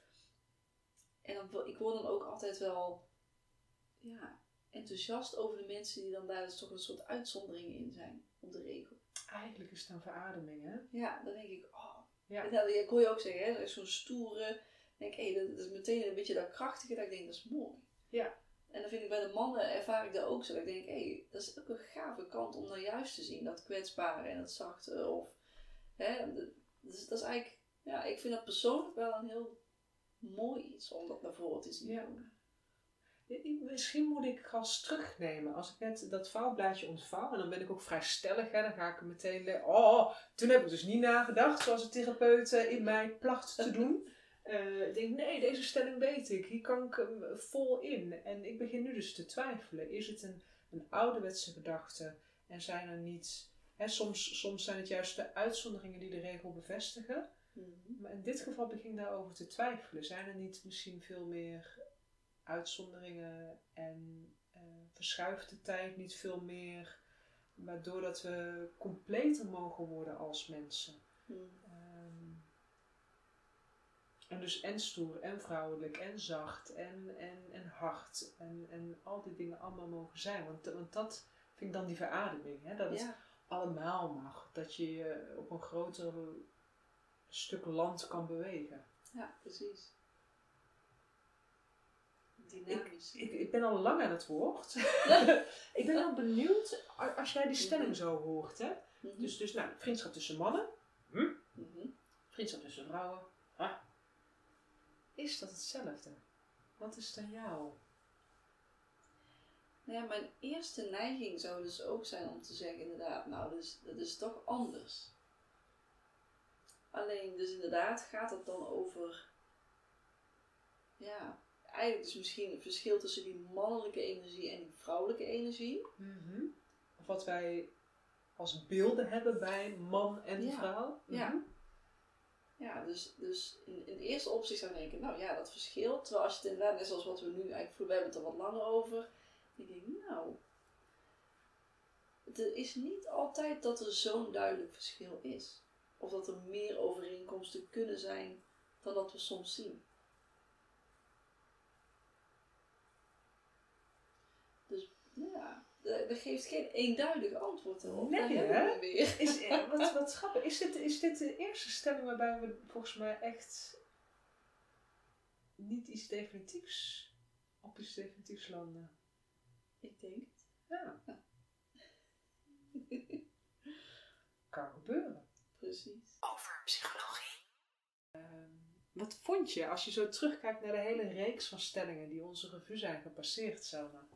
En dan, ik word dan ook altijd wel ja, enthousiast over de mensen die dan daar dus toch een soort uitzonderingen in zijn op de regel. Eigenlijk is het een verademing, hè? Ja, dan denk ik, oh. Ja. Dat, ik hoor je ook zeggen, hè, dat is zo'n stoere, denk ik, hé, dat is meteen een beetje dat krachtige, dat ik denk, dat is mooi. Ja. En dan vind ik bij de mannen, ervaar ik dat ook zo. Dat ik denk, hé, hey, dat is ook een gave kant om nou juist te zien. Dat kwetsbare en dat zachte. Of, hè, dus dat is eigenlijk, ja, ik vind dat persoonlijk wel een heel mooi iets om dat naar voren te zien. Ja. Misschien moet ik gas terugnemen. Als ik net dat vouwblaadje ontvouw, en dan ben ik ook vrij stellig, hè, dan ga ik er meteen le- oh, toen heb ik dus niet nagedacht, zoals de therapeut in mij placht te doen. Uh, ik denk, nee, deze stelling weet ik. Hier kan ik uh, vol in. En ik begin nu dus te twijfelen. Is het een, een ouderwetse gedachte? En zijn er niet... Hè, soms, soms zijn het juist de uitzonderingen die de regel bevestigen. Mm-hmm. Maar in dit geval begin ik daarover te twijfelen. Zijn er niet misschien veel meer uitzonderingen en uh, verschuift de tijd niet veel meer... waardoor dat we completer mogen worden als mensen? Mm. Um, En dus en stoer, en vrouwelijk, en zacht, en, en, en hard. En, en al die dingen allemaal mogen zijn. Want, want dat vind ik dan die verademing. Hè? Dat het ja. allemaal mag. Dat je je op een groter stuk land kan bewegen. Ja, precies. Dynamisch. Ik, ik, ik ben al lang aan het woord. Ik ben wel benieuwd, als jij die stelling zo hoort. Hè? Mm-hmm. Dus, dus nou, vriendschap tussen mannen. Hm? Mm-hmm. Vriendschap tussen vrouwen. Ah. Is dat hetzelfde? Wat is dan jou? Nou ja, mijn eerste neiging zou dus ook zijn om te zeggen inderdaad, nou dat is, dat is toch anders. Alleen dus inderdaad gaat het dan over, ja, eigenlijk dus misschien een verschil tussen die mannelijke energie en die vrouwelijke energie. Mm-hmm. Of wat wij als beelden hebben bij man en ja. vrouw. Mm-hmm. Ja. Ja, dus, dus in, in de eerste opzicht zou ik denken, nou ja, dat verschilt. Terwijl als je het inderdaad, net zoals wat we nu eigenlijk voelen, we hebben het er wat langer over. Dan denk ik, nou, het is niet altijd dat er zo'n duidelijk verschil is. Of dat er meer overeenkomsten kunnen zijn dan dat we soms zien. Dus ja, dat geeft geen eenduidig antwoord erop. Nee, hè? Weer. Is, wat, wat grappig. Is dit, is dit de eerste stelling waarbij we volgens mij echt niet iets definitiefs op iets definitiefs landen? Ik denk het. Ja. ja. Kan gebeuren. Precies. Over psychologie. Wat vond je als je zo terugkijkt naar de hele reeks van stellingen die onze revue zijn gepasseerd, Selma?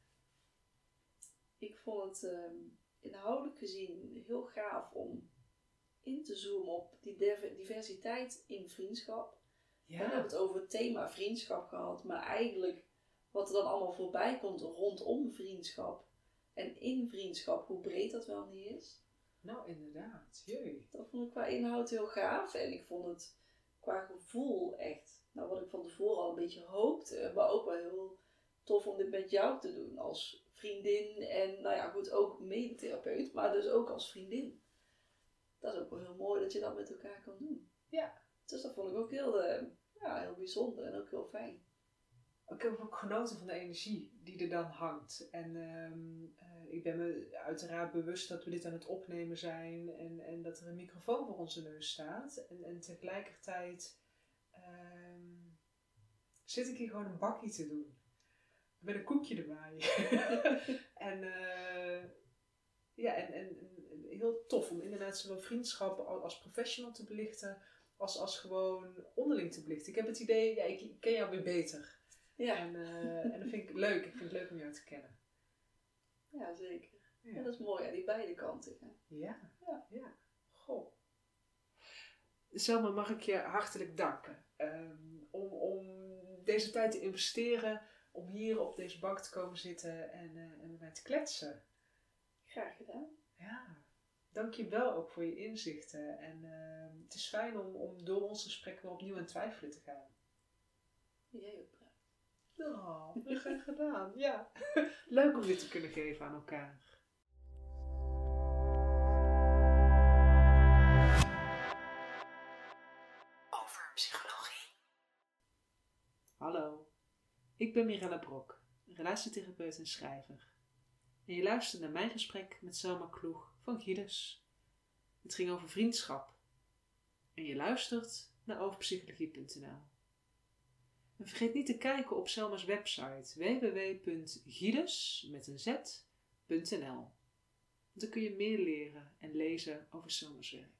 Ik vond het uh, inhoudelijk gezien heel gaaf om in te zoomen op die diversiteit in vriendschap. Ja. We hebben het over het thema vriendschap gehad, maar eigenlijk wat er dan allemaal voorbij komt rondom vriendschap en in vriendschap, hoe breed dat wel niet is. Nou, inderdaad. Jee. Dat vond ik qua inhoud heel gaaf en ik vond het qua gevoel echt, nou wat ik van tevoren al een beetje hoopte, maar ook wel heel tof om dit met jou te doen als vriendin en nou ja goed, ook medetherapeut, maar dus ook als vriendin. Dat is ook wel heel mooi dat je dat met elkaar kan doen. Ja. Dus dat vond ik ook heel, uh, ja, heel bijzonder en ook heel fijn. Ik heb ook genoten van de energie die er dan hangt. En um, uh, ik ben me uiteraard bewust dat we dit aan het opnemen zijn en, en dat er een microfoon voor onze neus staat. En, en tegelijkertijd um, zit ik hier gewoon een bakkie te doen. Met een koekje erbij. en, uh, ja, en, en, en heel tof om inderdaad zowel vriendschap als professional te belichten, als, als gewoon onderling te belichten. Ik heb het idee, ja, ik, ik ken jou weer beter. Ja. En, uh, en dat vind ik leuk. Ik vind het leuk om jou te kennen. Ja, zeker. Ja, ja dat is mooi, ja, die beide kanten. Ja. ja. Ja. ja. Goh. Selma, mag ik je hartelijk danken. Um, om, om deze tijd te investeren, om hier op deze bank te komen zitten en, uh, en met mij te kletsen. Graag gedaan. Ja. Dank je wel ook voor je inzichten. En uh, het is fijn om, om door ons gesprek weer opnieuw aan twijfelen te gaan. Jij ook, Praat. Oh, graag gedaan. Ja. Leuk om dit te kunnen geven aan elkaar. Over psychologie. Hallo, ik ben Mirella Brok, relatietherapeut en schrijver. En je luistert naar mijn gesprek met Selma Kloeg van Gides. Het ging over vriendschap. En je luistert naar overpsychologie punt n l. En vergeet niet te kijken op Selma's website w w w punt gides met een z punt n l. Want dan kun je meer leren en lezen over Selma's werk.